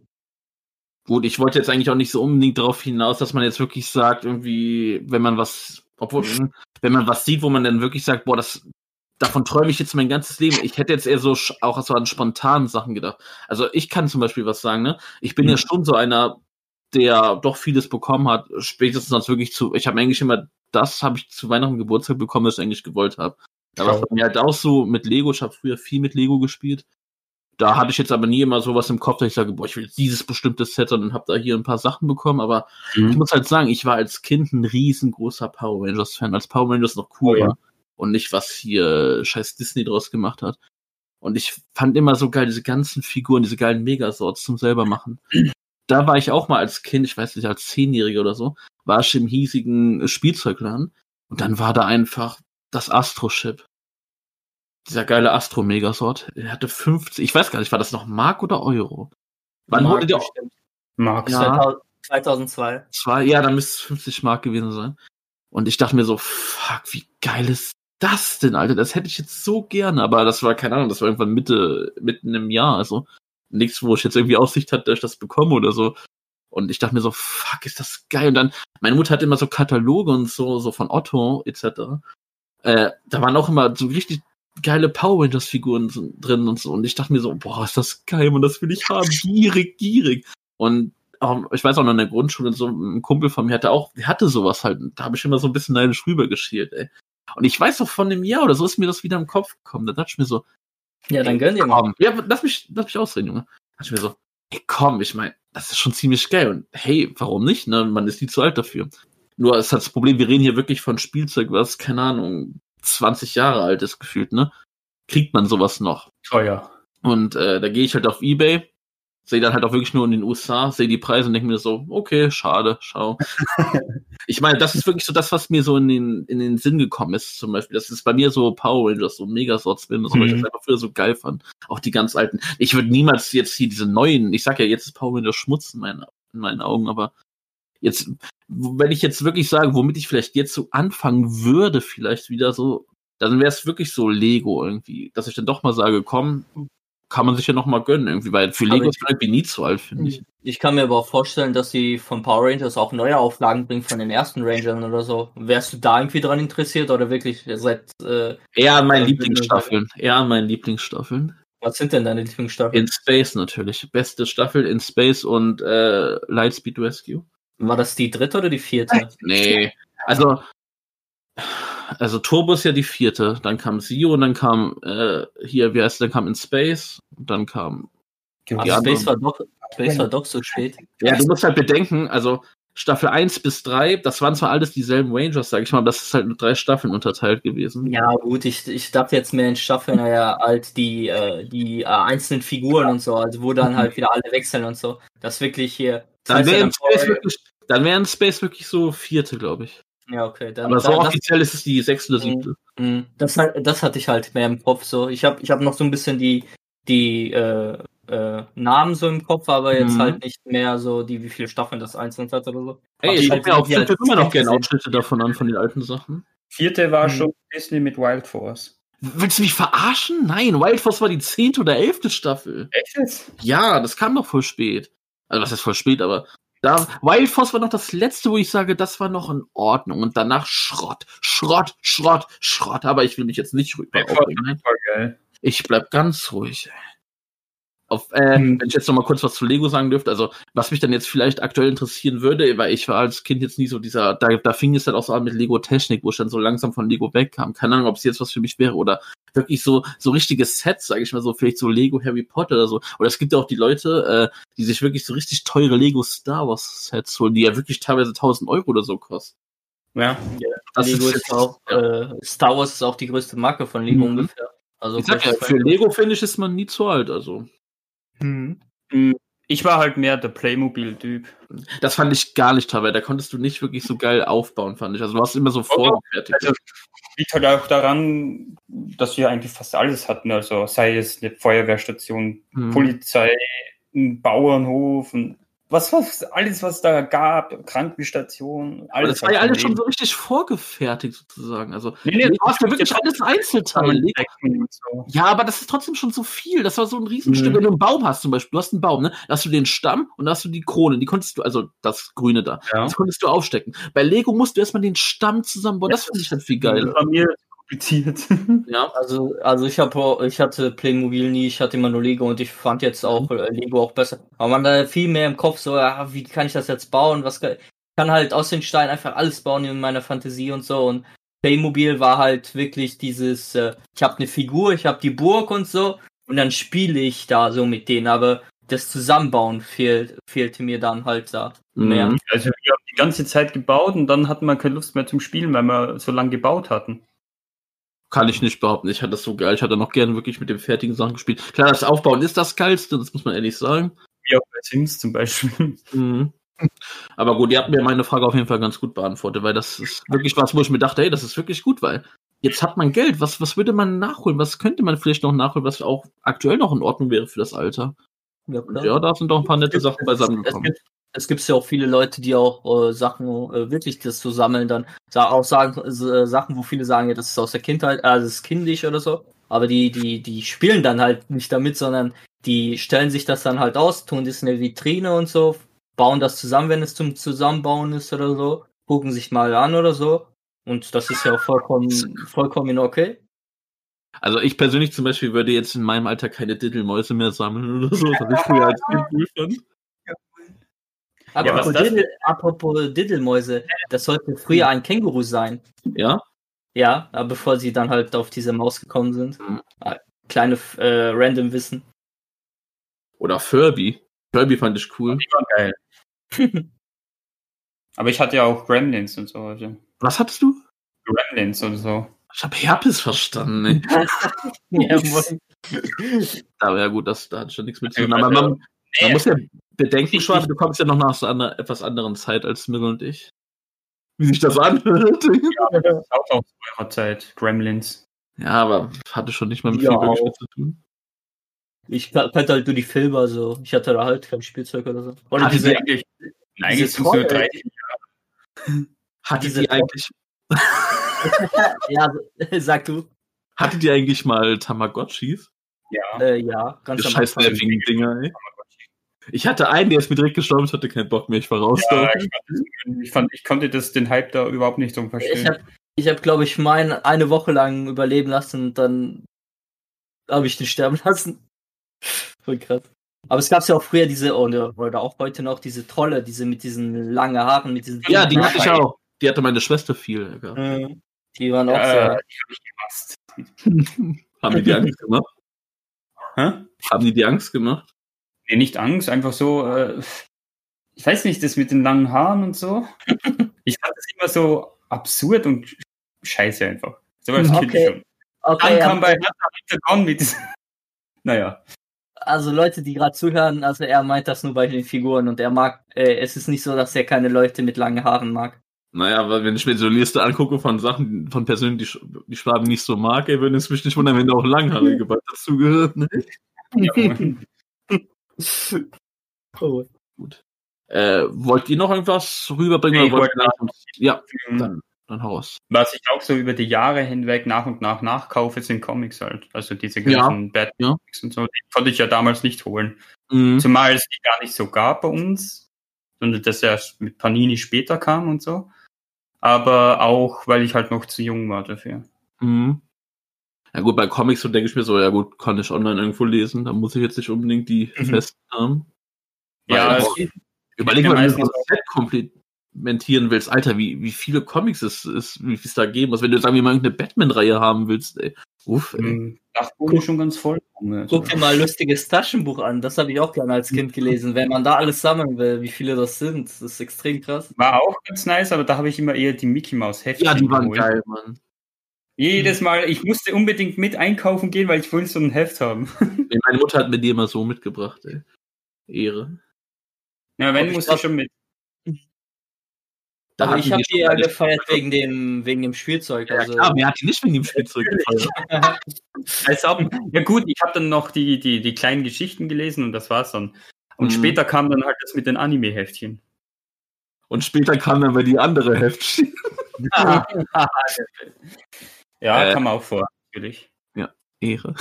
Gut, ich wollte jetzt eigentlich auch nicht so unbedingt darauf hinaus, dass man jetzt wirklich sagt, irgendwie, wenn man was sieht, wo man dann wirklich sagt, boah, davon träume ich jetzt mein ganzes Leben. Ich hätte jetzt eher so auch so an spontanen Sachen gedacht. Also ich kann zum Beispiel was sagen, ne? Ich bin ja schon so einer, der doch vieles bekommen hat, spätestens als wirklich ich habe eigentlich immer, das habe ich zu Weihnachten Geburtstag bekommen, was ich eigentlich gewollt habe. Da war es bei mir halt auch so mit Lego, ich habe früher viel mit Lego gespielt. Da hatte ich jetzt aber nie immer sowas im Kopf, dass ich sage, boah, ich will jetzt dieses bestimmte Set, sondern habe da hier ein paar Sachen bekommen, aber ich muss halt sagen, ich war als Kind ein riesengroßer Power Rangers Fan, als Power Rangers noch cool war und nicht, was hier scheiß Disney draus gemacht hat. Und ich fand immer so geil, diese ganzen Figuren, diese geilen Megasorts zum selber machen. Da war ich auch mal als Kind, ich weiß nicht, als 10-Jähriger oder so, war ich im hiesigen Spielzeugladen und dann war da einfach das Astro-Chip. Dieser geile Astro-Megasort. Der hatte 50, ich weiß gar nicht, war das noch Mark oder Euro? Wann wurde der? Mark, ja. 2002. Ja, dann müsste es 50 Mark gewesen sein. Und ich dachte mir so, fuck, wie geil ist das denn, Alter? Das hätte ich jetzt so gerne, aber das war, keine Ahnung, das war irgendwann mitten im Jahr, also nichts, wo ich jetzt irgendwie Aussicht hatte, dass ich das bekomme oder so. Und ich dachte mir so, fuck, ist das geil. Und dann, meine Mutter hat immer so Kataloge und so von Otto etc. Da waren auch immer so richtig geile Power Rangers Figuren drin und so. Und ich dachte mir so, boah, ist das geil, und das will ich haben. Gierig. Und ich weiß auch noch in der Grundschule, so ein Kumpel von mir hatte sowas halt. Da habe ich immer so ein bisschen neidisch rübergeschielt, ey. Und ich weiß auch von einem Jahr oder so ist mir das wieder im Kopf gekommen. Da dachte ich mir so, ja, dann gönn dir mal. Ja, lass mich ausreden, Junge. Da dachte ich mir so, hey, komm, ich meine, das ist schon ziemlich geil. Und hey, warum nicht? Ne? Man ist nie zu alt dafür. Nur ist halt das Problem, wir reden hier wirklich von Spielzeug, was, keine Ahnung, 20 Jahre alt ist gefühlt, ne? Kriegt man sowas noch? Teuer. Und da gehe ich halt auf eBay, sehe dann halt auch wirklich nur in den USA, sehe die Preise und denke mir so, okay, schade, schau. Ich meine, das ist wirklich so das, was mir so in den Sinn gekommen ist, zum Beispiel. Das ist bei mir so Power Rangers, so Megasorts bin, weil ich das einfach früher so geil fand. Auch die ganz alten. Ich würde niemals jetzt hier diese neuen, ich sag ja, jetzt ist Power Rangers Schmutz in meinen Augen, aber jetzt, wenn ich jetzt wirklich sage, womit ich vielleicht jetzt so anfangen würde, vielleicht wieder so, dann wäre es wirklich so Lego irgendwie, dass ich dann doch mal sage, komm, kann man sich ja nochmal gönnen irgendwie, weil für Lego ist man irgendwie nie zu alt, finde ich. Ich kann mir aber auch vorstellen, dass sie von Power Rangers auch neue Auflagen bringen von den ersten Rangern oder so. Wärst du da irgendwie dran interessiert oder wirklich seit... Eher an meinen Lieblingsstaffeln. Was sind denn deine Lieblingsstaffeln? In Space natürlich. Beste Staffel in Space und Lightspeed Rescue. War das die 3. oder die 4.? Nee. Also Turbo ist ja die 4. Dann kam Zio und dann kam dann kam In Space und dann kam Space war doch so spät. Ja, du musst halt bedenken, also Staffel 1 bis 3, das waren zwar alles dieselben Rangers, sag ich mal, aber das ist halt mit 3 Staffeln unterteilt gewesen. Ja, gut, ich dachte jetzt mehr in Staffeln, halt die einzelnen Figuren und so, also wo dann halt wieder alle wechseln und so. Das wirklich hier. Dann wäre in Space wirklich so 4., glaube ich. Ja, okay. Aber so offiziell ist es die 6. oder 7. Das hatte ich halt mehr im Kopf so. Ich hab noch so ein bisschen die Namen so im Kopf, aber jetzt halt nicht mehr so wie viele Staffeln das einzeln hat oder so. Ey, ich gucke mir auch immer noch gerne Ausschnitte davon an, von den alten Sachen. 4. war schon Disney mit Wild Force. Willst du mich verarschen? Nein, Wild Force war die 10. oder 11. Staffel. Echt jetzt? Ja, das kam doch voll spät. Also was heißt voll spät, aber Wild Force war noch das letzte, wo ich sage, das war noch in Ordnung. Und danach Schrott. Aber ich will mich jetzt nicht ruhig aufregen. Ich bleib ganz ruhig. Wenn ich jetzt noch mal kurz was zu Lego sagen dürfte, also was mich dann jetzt vielleicht aktuell interessieren würde, weil ich war als Kind jetzt nie so da fing es dann auch so an mit Lego-Technik, wo ich dann so langsam von Lego wegkam. Keine Ahnung, ob es jetzt was für mich wäre oder wirklich so richtige Sets, sage ich mal so, vielleicht so Lego Harry Potter oder so. Oder es gibt ja auch die Leute, die sich wirklich so richtig teure Lego Star Wars Sets holen, die ja wirklich teilweise 1.000 € oder so kosten. Ja, Lego ist auch, Star Wars ist auch die größte Marke von Lego ungefähr. Also ich sag ja, für Lego finde ich, ist man nie zu alt, also. Ich war halt mehr der Playmobil-Typ. Das fand ich gar nicht toll, weil da konntest du nicht wirklich so geil aufbauen, fand ich. Also du hast immer so vorgefertigt. Also, liegt halt auch daran, dass wir eigentlich fast alles hatten. Also sei es eine Feuerwehrstation, Polizei, ein Bauernhof, alles, was da gab, Krankenstation, alles. Das war ja alles schon so richtig vorgefertigt sozusagen. Also du hast ja wirklich alles Einzelteile. So. Ja, aber das ist trotzdem schon so viel. Das war so ein Riesenstück. Wenn du einen Baum hast zum Beispiel, du hast einen Baum, ne? Da hast du den Stamm und da hast du die Krone. Die konntest du, also das Grüne da, das konntest du aufstecken. Bei Lego musst du erstmal den Stamm zusammenbauen. Das finde ich dann viel geiler. Bei mir kompliziert. Ja, also ich hatte Playmobil nie, ich hatte immer nur Lego und ich fand jetzt auch Lego auch besser. Aber man hat viel mehr im Kopf so, wie kann ich das jetzt bauen? Ich kann halt aus den Steinen einfach alles bauen in meiner Fantasie und so. Und Playmobil war halt wirklich dieses, ich habe eine Figur, ich habe die Burg und so und dann spiele ich da so mit denen, aber das Zusammenbauen fehlte mir dann halt da mehr. Also wir haben die ganze Zeit gebaut und dann hatten wir keine Lust mehr zum Spielen, weil wir so lange gebaut hatten. Kann ich nicht behaupten. Ich hatte das so geil. Ich hatte noch gerne wirklich mit den fertigen Sachen gespielt. Klar, das Aufbauen ist das Geilste, das muss man ehrlich sagen. Wie auch bei Sims zum Beispiel. Aber gut, ihr habt mir meine Frage auf jeden Fall ganz gut beantwortet, weil das ist wirklich was, wo ich mir dachte, hey, das ist wirklich gut, weil jetzt hat man Geld. Was würde man nachholen? Was könnte man vielleicht noch nachholen, was auch aktuell noch in Ordnung wäre für das Alter? Ja, da sind doch ein paar nette Sachen beisammengekommen. Es gibt ja auch viele Leute, die auch Sachen wirklich das so sammeln, dann auch sagen Sachen, wo viele sagen, ja, das ist aus der Kindheit, das ist kindisch oder so. Aber die spielen dann halt nicht damit, sondern die stellen sich das dann halt aus, tun das in eine Vitrine und so, bauen das zusammen, wenn es zum Zusammenbauen ist oder so, gucken sich mal an oder so. Und das ist ja auch vollkommen okay. Also ich persönlich zum Beispiel würde jetzt in meinem Alter keine Diddelmäuse mehr sammeln oder so, was ich früher als Kind cool fand. Apropos Diddelmäuse, das sollte früher ein Känguru sein. Ja? Ja, aber bevor sie dann halt auf diese Maus gekommen sind. Kleine random Wissen. Oder Furby. Furby fand ich cool. Die war geil. Aber ich hatte ja auch Gremlins und so. Also. Was hattest du? Gremlins und so. Ich habe Herpes verstanden, ne? Aber ja gut, da hat schon nichts mit zu tun. Aber man muss ja bedenken, Schwabe, du kommst ja noch nach so einer etwas anderen Zeit als Smil und ich. Wie sich das anhört. Ja, das ist auch aus eurer Zeit, Gremlins. Ja, aber hatte schon nicht mal mit viel wirklich zu tun. Ich kannte halt nur die Filme, so. Ich hatte da halt kein Spielzeug oder so. Oder hatte die eigentlich so 30 Jahre. Hatte die eigentlich... Ja, sag du. Hattet ihr eigentlich mal Tamagotchis? Ja. Ja, ganz Die am scheiß Anfang. nervigen Dinger, ey. Ich hatte einen, der ist mir direkt gestorben, ich hatte keinen Bock mehr, ich war raus. Ja, da. ich konnte den Hype da überhaupt nicht so verstehen. Ich hab, glaube ich, meinen eine Woche lang überleben lassen und dann habe ich den sterben lassen. Voll krass. Aber es gab ja auch früher diese, oder auch heute noch, diese Trolle, diese mit diesen langen Haaren, mit diesen... Ja, die hatte ich auch. Die hatte meine Schwester viel. Ja. Die waren auch sehr... Die habe ich gehasst. Haben die Angst gemacht? Hä? Haben die Angst gemacht? Nee, nicht Angst, einfach so, ich weiß nicht, das mit den langen Haaren und so. Ich fand das immer so absurd und scheiße einfach. So als Kind schon. Okay, Dann kam bei Hintergrund mit diesem... Naja. Also Leute, die gerade zuhören, also er meint das nur bei den Figuren und er mag, es ist nicht so, dass er keine Leute mit langen Haaren mag. Naja, aber wenn ich mir so eine Liste angucke von Sachen, von Personen, die Schwaben nicht so mag, ey, würde es mich nicht wundern, wenn da auch Langhaarige bald dazugehört. Ne? Oh. Gut. Wollt ihr noch irgendwas rüberbringen? Nee, oder ja, dann hau raus. Was ich auch so über die Jahre hinweg nach und nach nachkaufe, sind Comics halt. Also diese ganzen Batman-Comics und so, die konnte ich ja damals nicht holen. Mhm. Zumal es die gar nicht so gab bei uns, sondern das erst mit Panini später kam und so. Aber auch, weil ich halt noch zu jung war dafür. Mhm. Ja gut, bei Comics so denke ich mir so, ja gut, kann ich online irgendwo lesen, da muss ich jetzt nicht unbedingt die festen haben. Ja, überleg mal, wenn du so ein Set komplementieren willst, Alter, wie viele Comics wie es da geben muss, wenn du, sagen wir mal, irgendeine Batman-Reihe haben willst, ey. Uff, ey. Das wurde schon ganz voll. Guck dir mal ein lustiges Taschenbuch an, das habe ich auch gerne als Kind gelesen. Wenn man da alles sammeln will, wie viele das sind, das ist extrem krass. War auch ganz nice, aber da habe ich immer eher die Mickey Mouse Heftchen Ja, die waren geholt. geil, Mann. Jedes Mal, ich musste unbedingt mit einkaufen gehen, weil ich wollte so ein Heft haben. Meine Mutter hat mir die immer so mitgebracht, ey. Ehre. Ja, wenn, musste ich schon mit. Aber ich habe die ja gefeiert wegen dem Spielzeug. Ja, also klar, wer hat die nicht wegen dem Spielzeug gefeiert? Ja gut, ich habe dann noch die kleinen Geschichten gelesen und das war's dann. Und später kam dann halt das mit den Anime-Heftchen. Und später kam dann bei die andere Heftchen. Ja, kam auch vor, natürlich. Ja, Ehre.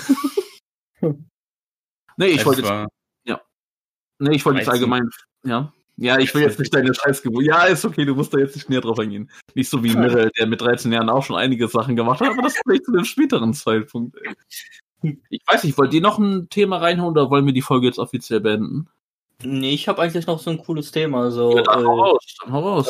Nee, ich wollte jetzt allgemein, ja. Ja, ich will jetzt nicht deine Scheißgeburt. Ja, ist okay, du musst da jetzt nicht näher drauf eingehen. Nicht so wie Mirrell, der mit 13 Jahren auch schon einige Sachen gemacht hat, aber das vielleicht zu einem späteren Zeitpunkt. Ey. Ich weiß nicht, wollt ihr noch ein Thema reinhauen oder wollen wir die Folge jetzt offiziell beenden? Nee, ich habe eigentlich noch so ein cooles Thema. So, ja, dann hau raus.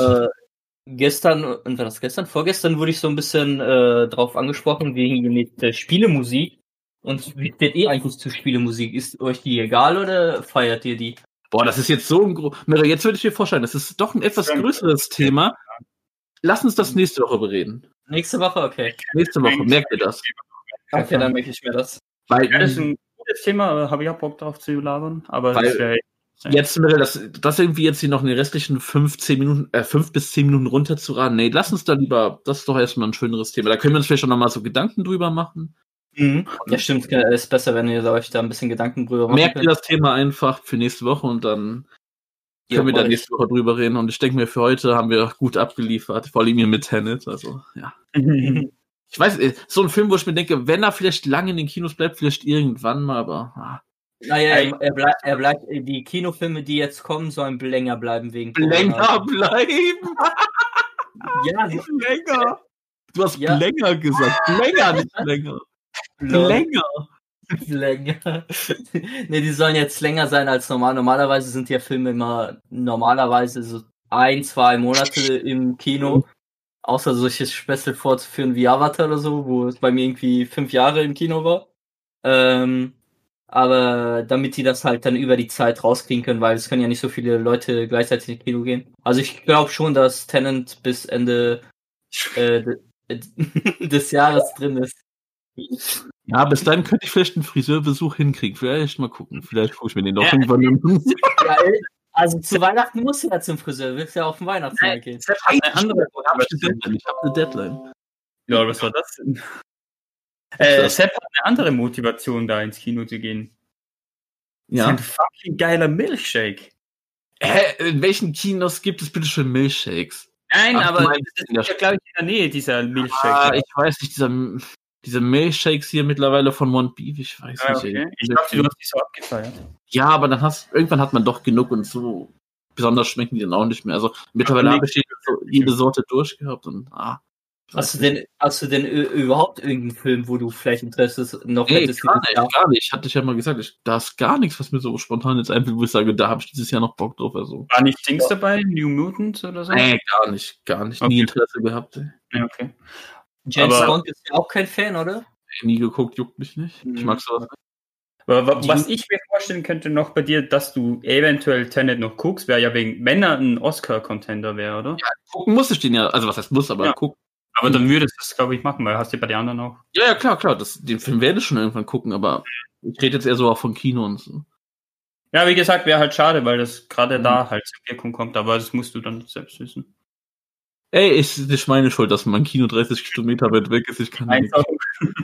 Vorgestern wurde ich so ein bisschen drauf angesprochen, wegen mit Spielemusik. Und wie steht ihr eigentlich zu Spielemusik? Ist euch die egal oder feiert ihr die? Boah, das ist jetzt so ein Mirrell, jetzt würde ich dir vorstellen, das ist doch ein etwas größeres Thema. Lass uns das nächste Woche bereden. Nächste Woche, okay. Nächste Woche, merkt ihr das? Okay, dann merke ich mir das. Weil, ja, das ist ein gutes Thema, habe ich auch Bock drauf zu labern. Aber jetzt, Mirrell, das irgendwie jetzt hier noch in den restlichen 5 bis 10 Minuten runterzuraten. Nee, lass uns da lieber, das ist doch erstmal ein schöneres Thema. Da können wir uns vielleicht auch nochmal so Gedanken drüber machen. Mhm. Ja, stimmt. Es ist besser, wenn ihr euch da ein bisschen Gedanken drüber macht. Merkt ihr das Thema einfach für nächste Woche und dann können wir da nächste Woche drüber reden. Und ich denke mir, für heute haben wir gut abgeliefert. Vor allem hier mit Tenet. Also, ja. Ich weiß, so ein Film, wo ich mir denke, wenn er vielleicht lange in den Kinos bleibt, vielleicht irgendwann mal, aber... Naja, er bleibt, die Kinofilme, die jetzt kommen, sollen länger bleiben wegen Länger bleiben? Ja, länger. Du hast länger gesagt. Länger, nicht länger. Länger. Ne, die sollen jetzt länger sein als normal. Normalerweise sind ja Filme immer so 1-2 Monate im Kino. Außer solche Special fortzuführen wie Avatar oder so, wo es bei mir irgendwie 5 Jahre im Kino war. Aber damit die das halt dann über die Zeit rauskriegen können, weil es können ja nicht so viele Leute gleichzeitig ins Kino gehen. Also ich glaube schon, dass Tenet bis Ende des Jahres drin ist. Ja, bis dann könnte ich vielleicht einen Friseurbesuch hinkriegen. Vielleicht mal gucken. Vielleicht gucke ich mir den doch irgendwann an. Ja, also zu Weihnachten musst du ja zum Friseur. Willst ja auf den Weihnachtsmarkt gehen. Sepp hat eine andere Motivation. Ich habe eine Deadline. Ja, was war das denn? Sepp hat eine andere Motivation, da ins Kino zu gehen. Ja. Das ist ein fucking geiler Milkshake. In welchen Kinos gibt es bitte schon Milkshakes? Nein, aber das ist ja, glaube ich, in der Nähe, dieser Milkshake. Ich weiß nicht, diese Milkshakes hier mittlerweile von One Beef, ich weiß Ja, nicht. okay. Ey. Ich dachte, du hast die so abgefeiert. Ja, aber dann irgendwann hat man doch genug und so besonders schmecken die dann auch nicht mehr. Also mittlerweile Aber habe ich jede Sorte durchgehabt und Hast du denn überhaupt irgendeinen Film, wo du vielleicht Interesse noch nee, hättest? gar nicht. Hatte ich ja mal gesagt, da ist gar nichts, was mir so spontan jetzt einfällt, wo ich sage, da habe ich dieses Jahr noch Bock drauf. Also. War nicht Dings dabei? New Mutants oder so? Nee, gar nicht. Okay. Nie Interesse gehabt. Ey. Ja, okay. James Aber- Bond ist ja auch kein Fan, oder? Nie geguckt, juckt mich nicht. Ich mag sowas. Aber was ich mir vorstellen könnte noch bei dir, dass du eventuell Tenet noch guckst, wäre ja wenn er ein Oscar-Contender wäre, oder? Ja, gucken muss ich den ja. Also was heißt muss, aber Ja. gucken. Aber dann würdest du das, glaube ich, machen, weil hast du bei den anderen auch. Ja, klar. Den Film werde ich schon irgendwann gucken, aber ich rede jetzt eher so auch von Kino und so. Ja, wie gesagt, wäre halt schade, weil das gerade da halt zur Wirkung kommt, aber das musst du dann selbst wissen. Ey, ist nicht meine Schuld, dass mein Kino 30 Kilometer weit weg ist. Ich kann nicht. Einfach.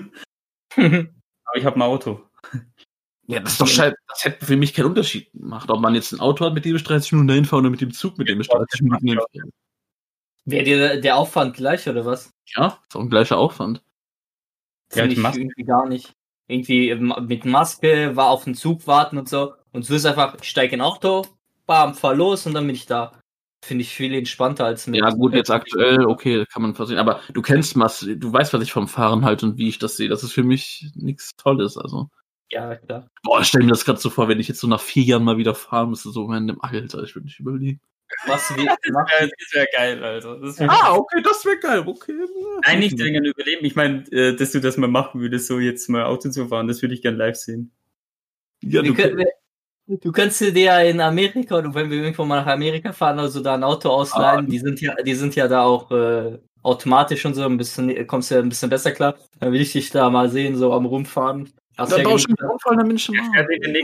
Aber ich habe ein Auto. Ja, das ist doch scheiße. Das hätte für mich keinen Unterschied gemacht, ob man jetzt ein Auto hat, mit dem ich 30 Minuten dahin fahre oder mit dem Zug, mit dem ich 30 Minuten hinfahre. Wäre dir der Aufwand gleich, oder was? Ja, ist auch ein gleicher Aufwand. Ja, Finde die ich Maske. irgendwie gar nicht. Irgendwie mit Maske, war auf den Zug warten und so. Und so ist einfach, ich steige in ein Auto, bam, fahr los und dann bin ich da. Finde ich viel entspannter als mit. Ja, gut, jetzt aktuell, okay, kann man versehen. Aber du kennst Maske, du weißt, was ich vom Fahren halte und wie ich das sehe. Das ist für mich nichts Tolles, also. Ja, klar. Boah, ich stell mir das gerade so vor, wenn ich jetzt so nach 4 Jahren mal wieder fahren müsste, so in dem Alter, ich würde nicht überlegen. Was wie, Das wäre geil, Alter. Das wär Okay, das wäre geil, okay. Nein, nicht länger überleben. Ich meine, dass du das mal machen würdest, so jetzt mal Auto zu fahren, das würde ich gerne live sehen. Ja, du kannst dir ja in Amerika, oder wenn wir irgendwo mal nach Amerika fahren, also da ein Auto ausleihen, die sind ja da auch automatisch und so, kommst du ja ein bisschen besser klar. Dann will ich dich da mal sehen, so am Rumfahren. Hast da ja baust du einen Unfall, dann bin ich schon mal.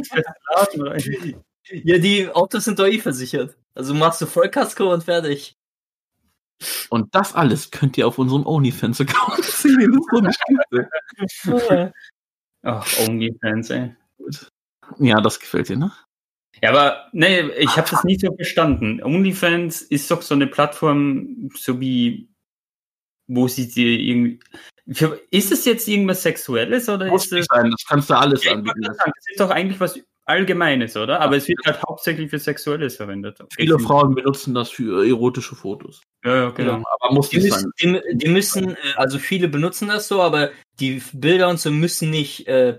Ja, die Autos sind doch versichert. Also machst du Vollkasko und fertig. Und das alles könnt ihr auf unserem OnlyFans-Account sehen. Das ist so nicht Ach, OnlyFans, ey. gut. Ja, das gefällt dir, ne? Ja, aber nee, ich habe das nie so verstanden. OnlyFans ist doch so eine Plattform, so wie, wo sie dir irgendwie... Ist es jetzt irgendwas Sexuelles oder Muss ist nicht es... sein, das kannst du alles Ja, ich anbieten. wollte sagen, das ist doch eigentlich was Allgemeines, oder? Aber es wird halt hauptsächlich für Sexuelles verwendet. Viele Frauen benutzen das für erotische Fotos. Ja, genau. Aber muss nicht sein. Die müssen, also viele benutzen das so, aber die Bilder und so müssen nicht wie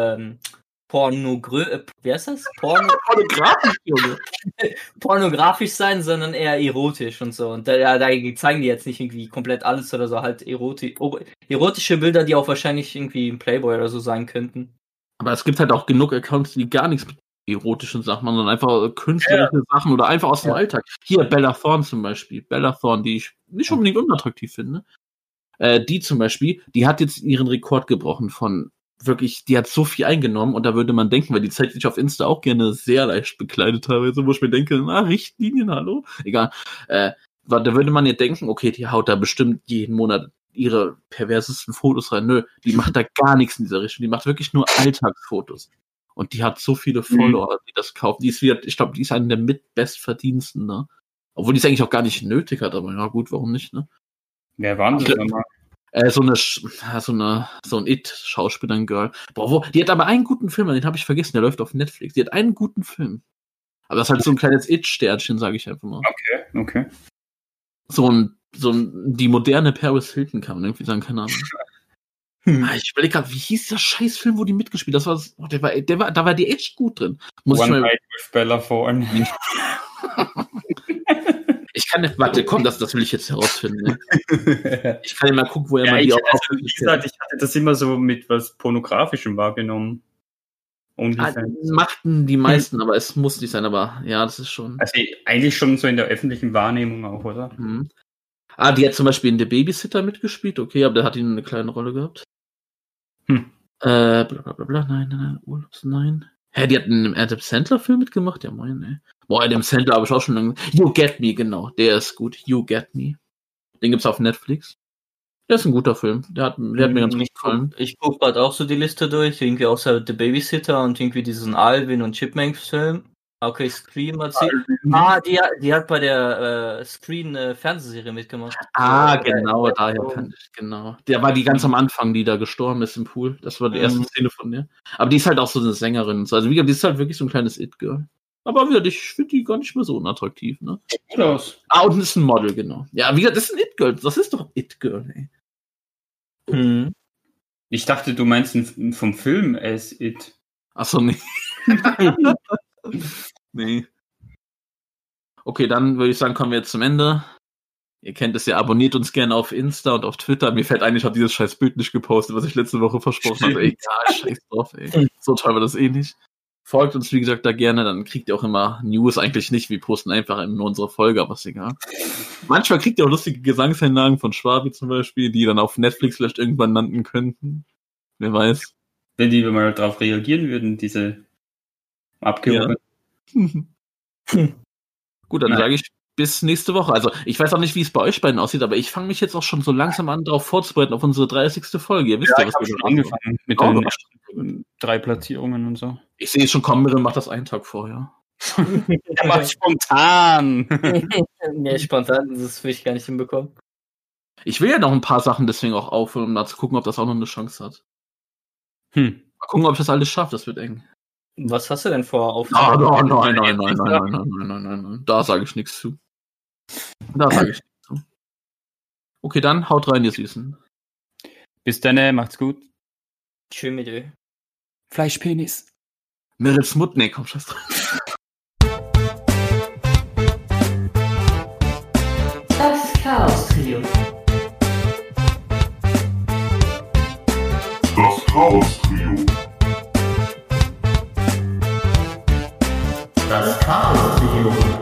heißt das? Pornografisch, Junge. Pornografisch sein, sondern eher erotisch und so. Und da zeigen die jetzt nicht irgendwie komplett alles oder so, halt erotische Bilder, die auch wahrscheinlich irgendwie im Playboy oder so sein könnten. Aber es gibt halt auch genug Accounts, die gar nichts mit erotischen Sachen machen, sondern einfach künstlerische Sachen oder einfach aus dem Alltag. Hier, Bella Thorne zum Beispiel. Bella Thorne, die ich nicht unbedingt unattraktiv finde. Die zum Beispiel, die hat jetzt ihren Rekord gebrochen von wirklich, die hat so viel eingenommen und da würde man denken, weil die zeigt sich auf Insta auch gerne sehr leicht bekleidet teilweise, wo ich mir denke, Richtlinien, hallo? Egal. Da würde man ja denken, okay, die haut da bestimmt jeden Monat ihre perversesten Fotos rein. Nö, die macht da gar nichts in dieser Richtung. Die macht wirklich nur Alltagsfotos. Und die hat so viele Follower, die das kaufen. Ich glaube, die ist eine der mitbestverdiensten, ne? Obwohl die es eigentlich auch gar nicht nötig hat, aber ja gut, warum nicht, ne? Wer war das nochmal? So ein It-Schauspielerin-Girl. Boah, die hat aber einen guten Film, den habe ich vergessen, der läuft auf Netflix. Die hat einen guten Film. Aber das ist halt so ein kleines It-Sternchen, sage ich einfach mal. Okay. Die moderne Paris Hilton kann man irgendwie sagen, keine Ahnung. Ich überlege gerade, wie hieß der Scheißfilm, wo die mitgespielt hat? Da war die echt gut drin. One Night with Bella Thorne. Ich kann nicht, warte, komm, das will ich jetzt herausfinden. Ne? Ich kann ja mal gucken, wo er mal die ich hatte das immer so mit was Pornografischem wahrgenommen. Machten die meisten, aber es muss nicht sein, aber ja, das ist schon. Also eigentlich schon so in der öffentlichen Wahrnehmung auch, oder? Mhm. Die hat zum Beispiel in The Babysitter mitgespielt, okay, aber da hat die eine kleine Rolle gehabt. Bla bla bla bla, nein, nein. Hä, die hat in einem Adam Sandler-Film mitgemacht? Ja, moin, ey. Boah, Adam Sandler habe ich auch schon lange. You Get Me, genau, der ist gut. You Get Me. Den gibt's auf Netflix. Der ist ein guter Film. Der hat mir ganz gut gefallen. Ich gucke gerade auch so die Liste durch, irgendwie außer The Babysitter und irgendwie diesen Alvin und Chipmunks Film. Okay, Scream hat sie. Die hat bei der Screen-Fernsehserie mitgemacht. Genau, daher kann ich, genau. Der war die ganz am Anfang, die da gestorben ist im Pool. Das war die erste Szene von der. Aber die ist halt auch so eine Sängerin und so. Also wie gesagt, die ist halt wirklich so ein kleines It-Girl. Aber wie gesagt, ich finde die gar nicht mehr so unattraktiv, ne? Gut aus. Und ist ein Model, genau. Ja, wie gesagt, das ist ein It-Girl. Das ist doch It-Girl, ey. Ich dachte, du meinst vom Film as It. Achso, nee. Nee. Okay, dann würde ich sagen, kommen wir jetzt zum Ende. Ihr kennt es ja, abonniert uns gerne auf Insta und auf Twitter. Mir fällt ein, ich habe dieses scheiß Bild nicht gepostet, was ich letzte Woche versprochen habe. Egal, scheiß drauf, ey. So toll war das eh nicht. Folgt uns, wie gesagt, da gerne, dann kriegt ihr auch immer News, eigentlich nicht. Wir posten einfach nur unsere Folge, aber ist egal. Manchmal kriegt ihr auch lustige Gesangseinlagen von Schwabi zum Beispiel, die dann auf Netflix vielleicht irgendwann landen könnten. Wer weiß. Wenn die mal drauf reagieren würden, diese Abgeordneten. Ja. Gut, dann sage ich bis nächste Woche. Also, ich weiß auch nicht, wie es bei euch beiden aussieht, aber ich fange mich jetzt auch schon so langsam an, darauf vorzubereiten, auf unsere 30. Folge. Ihr wisst ja, was wir schon angefangen mit den 3 Platzierungen und so. Ich sehe es schon kommen, Mirren macht das einen Tag vorher. Er macht spontan. Nee, spontan, das will ich gar nicht hinbekommen. Ich will ja noch ein paar Sachen deswegen auch aufholen, um mal zu gucken, ob das auch noch eine Chance hat. Mal gucken, ob ich das alles schaffe, das wird eng. Was hast du denn vor aufzunehmen? Nein. Da sage ich nichts zu. Okay, dann haut rein, ihr Süßen. Bis dann, macht's gut. Schön mit euch. Fleischpenis. Meryl Smut, nee, komm, scheiß drauf. Das Chaos-Trio. Das Chaos-Trio. Das Chaos-Trio.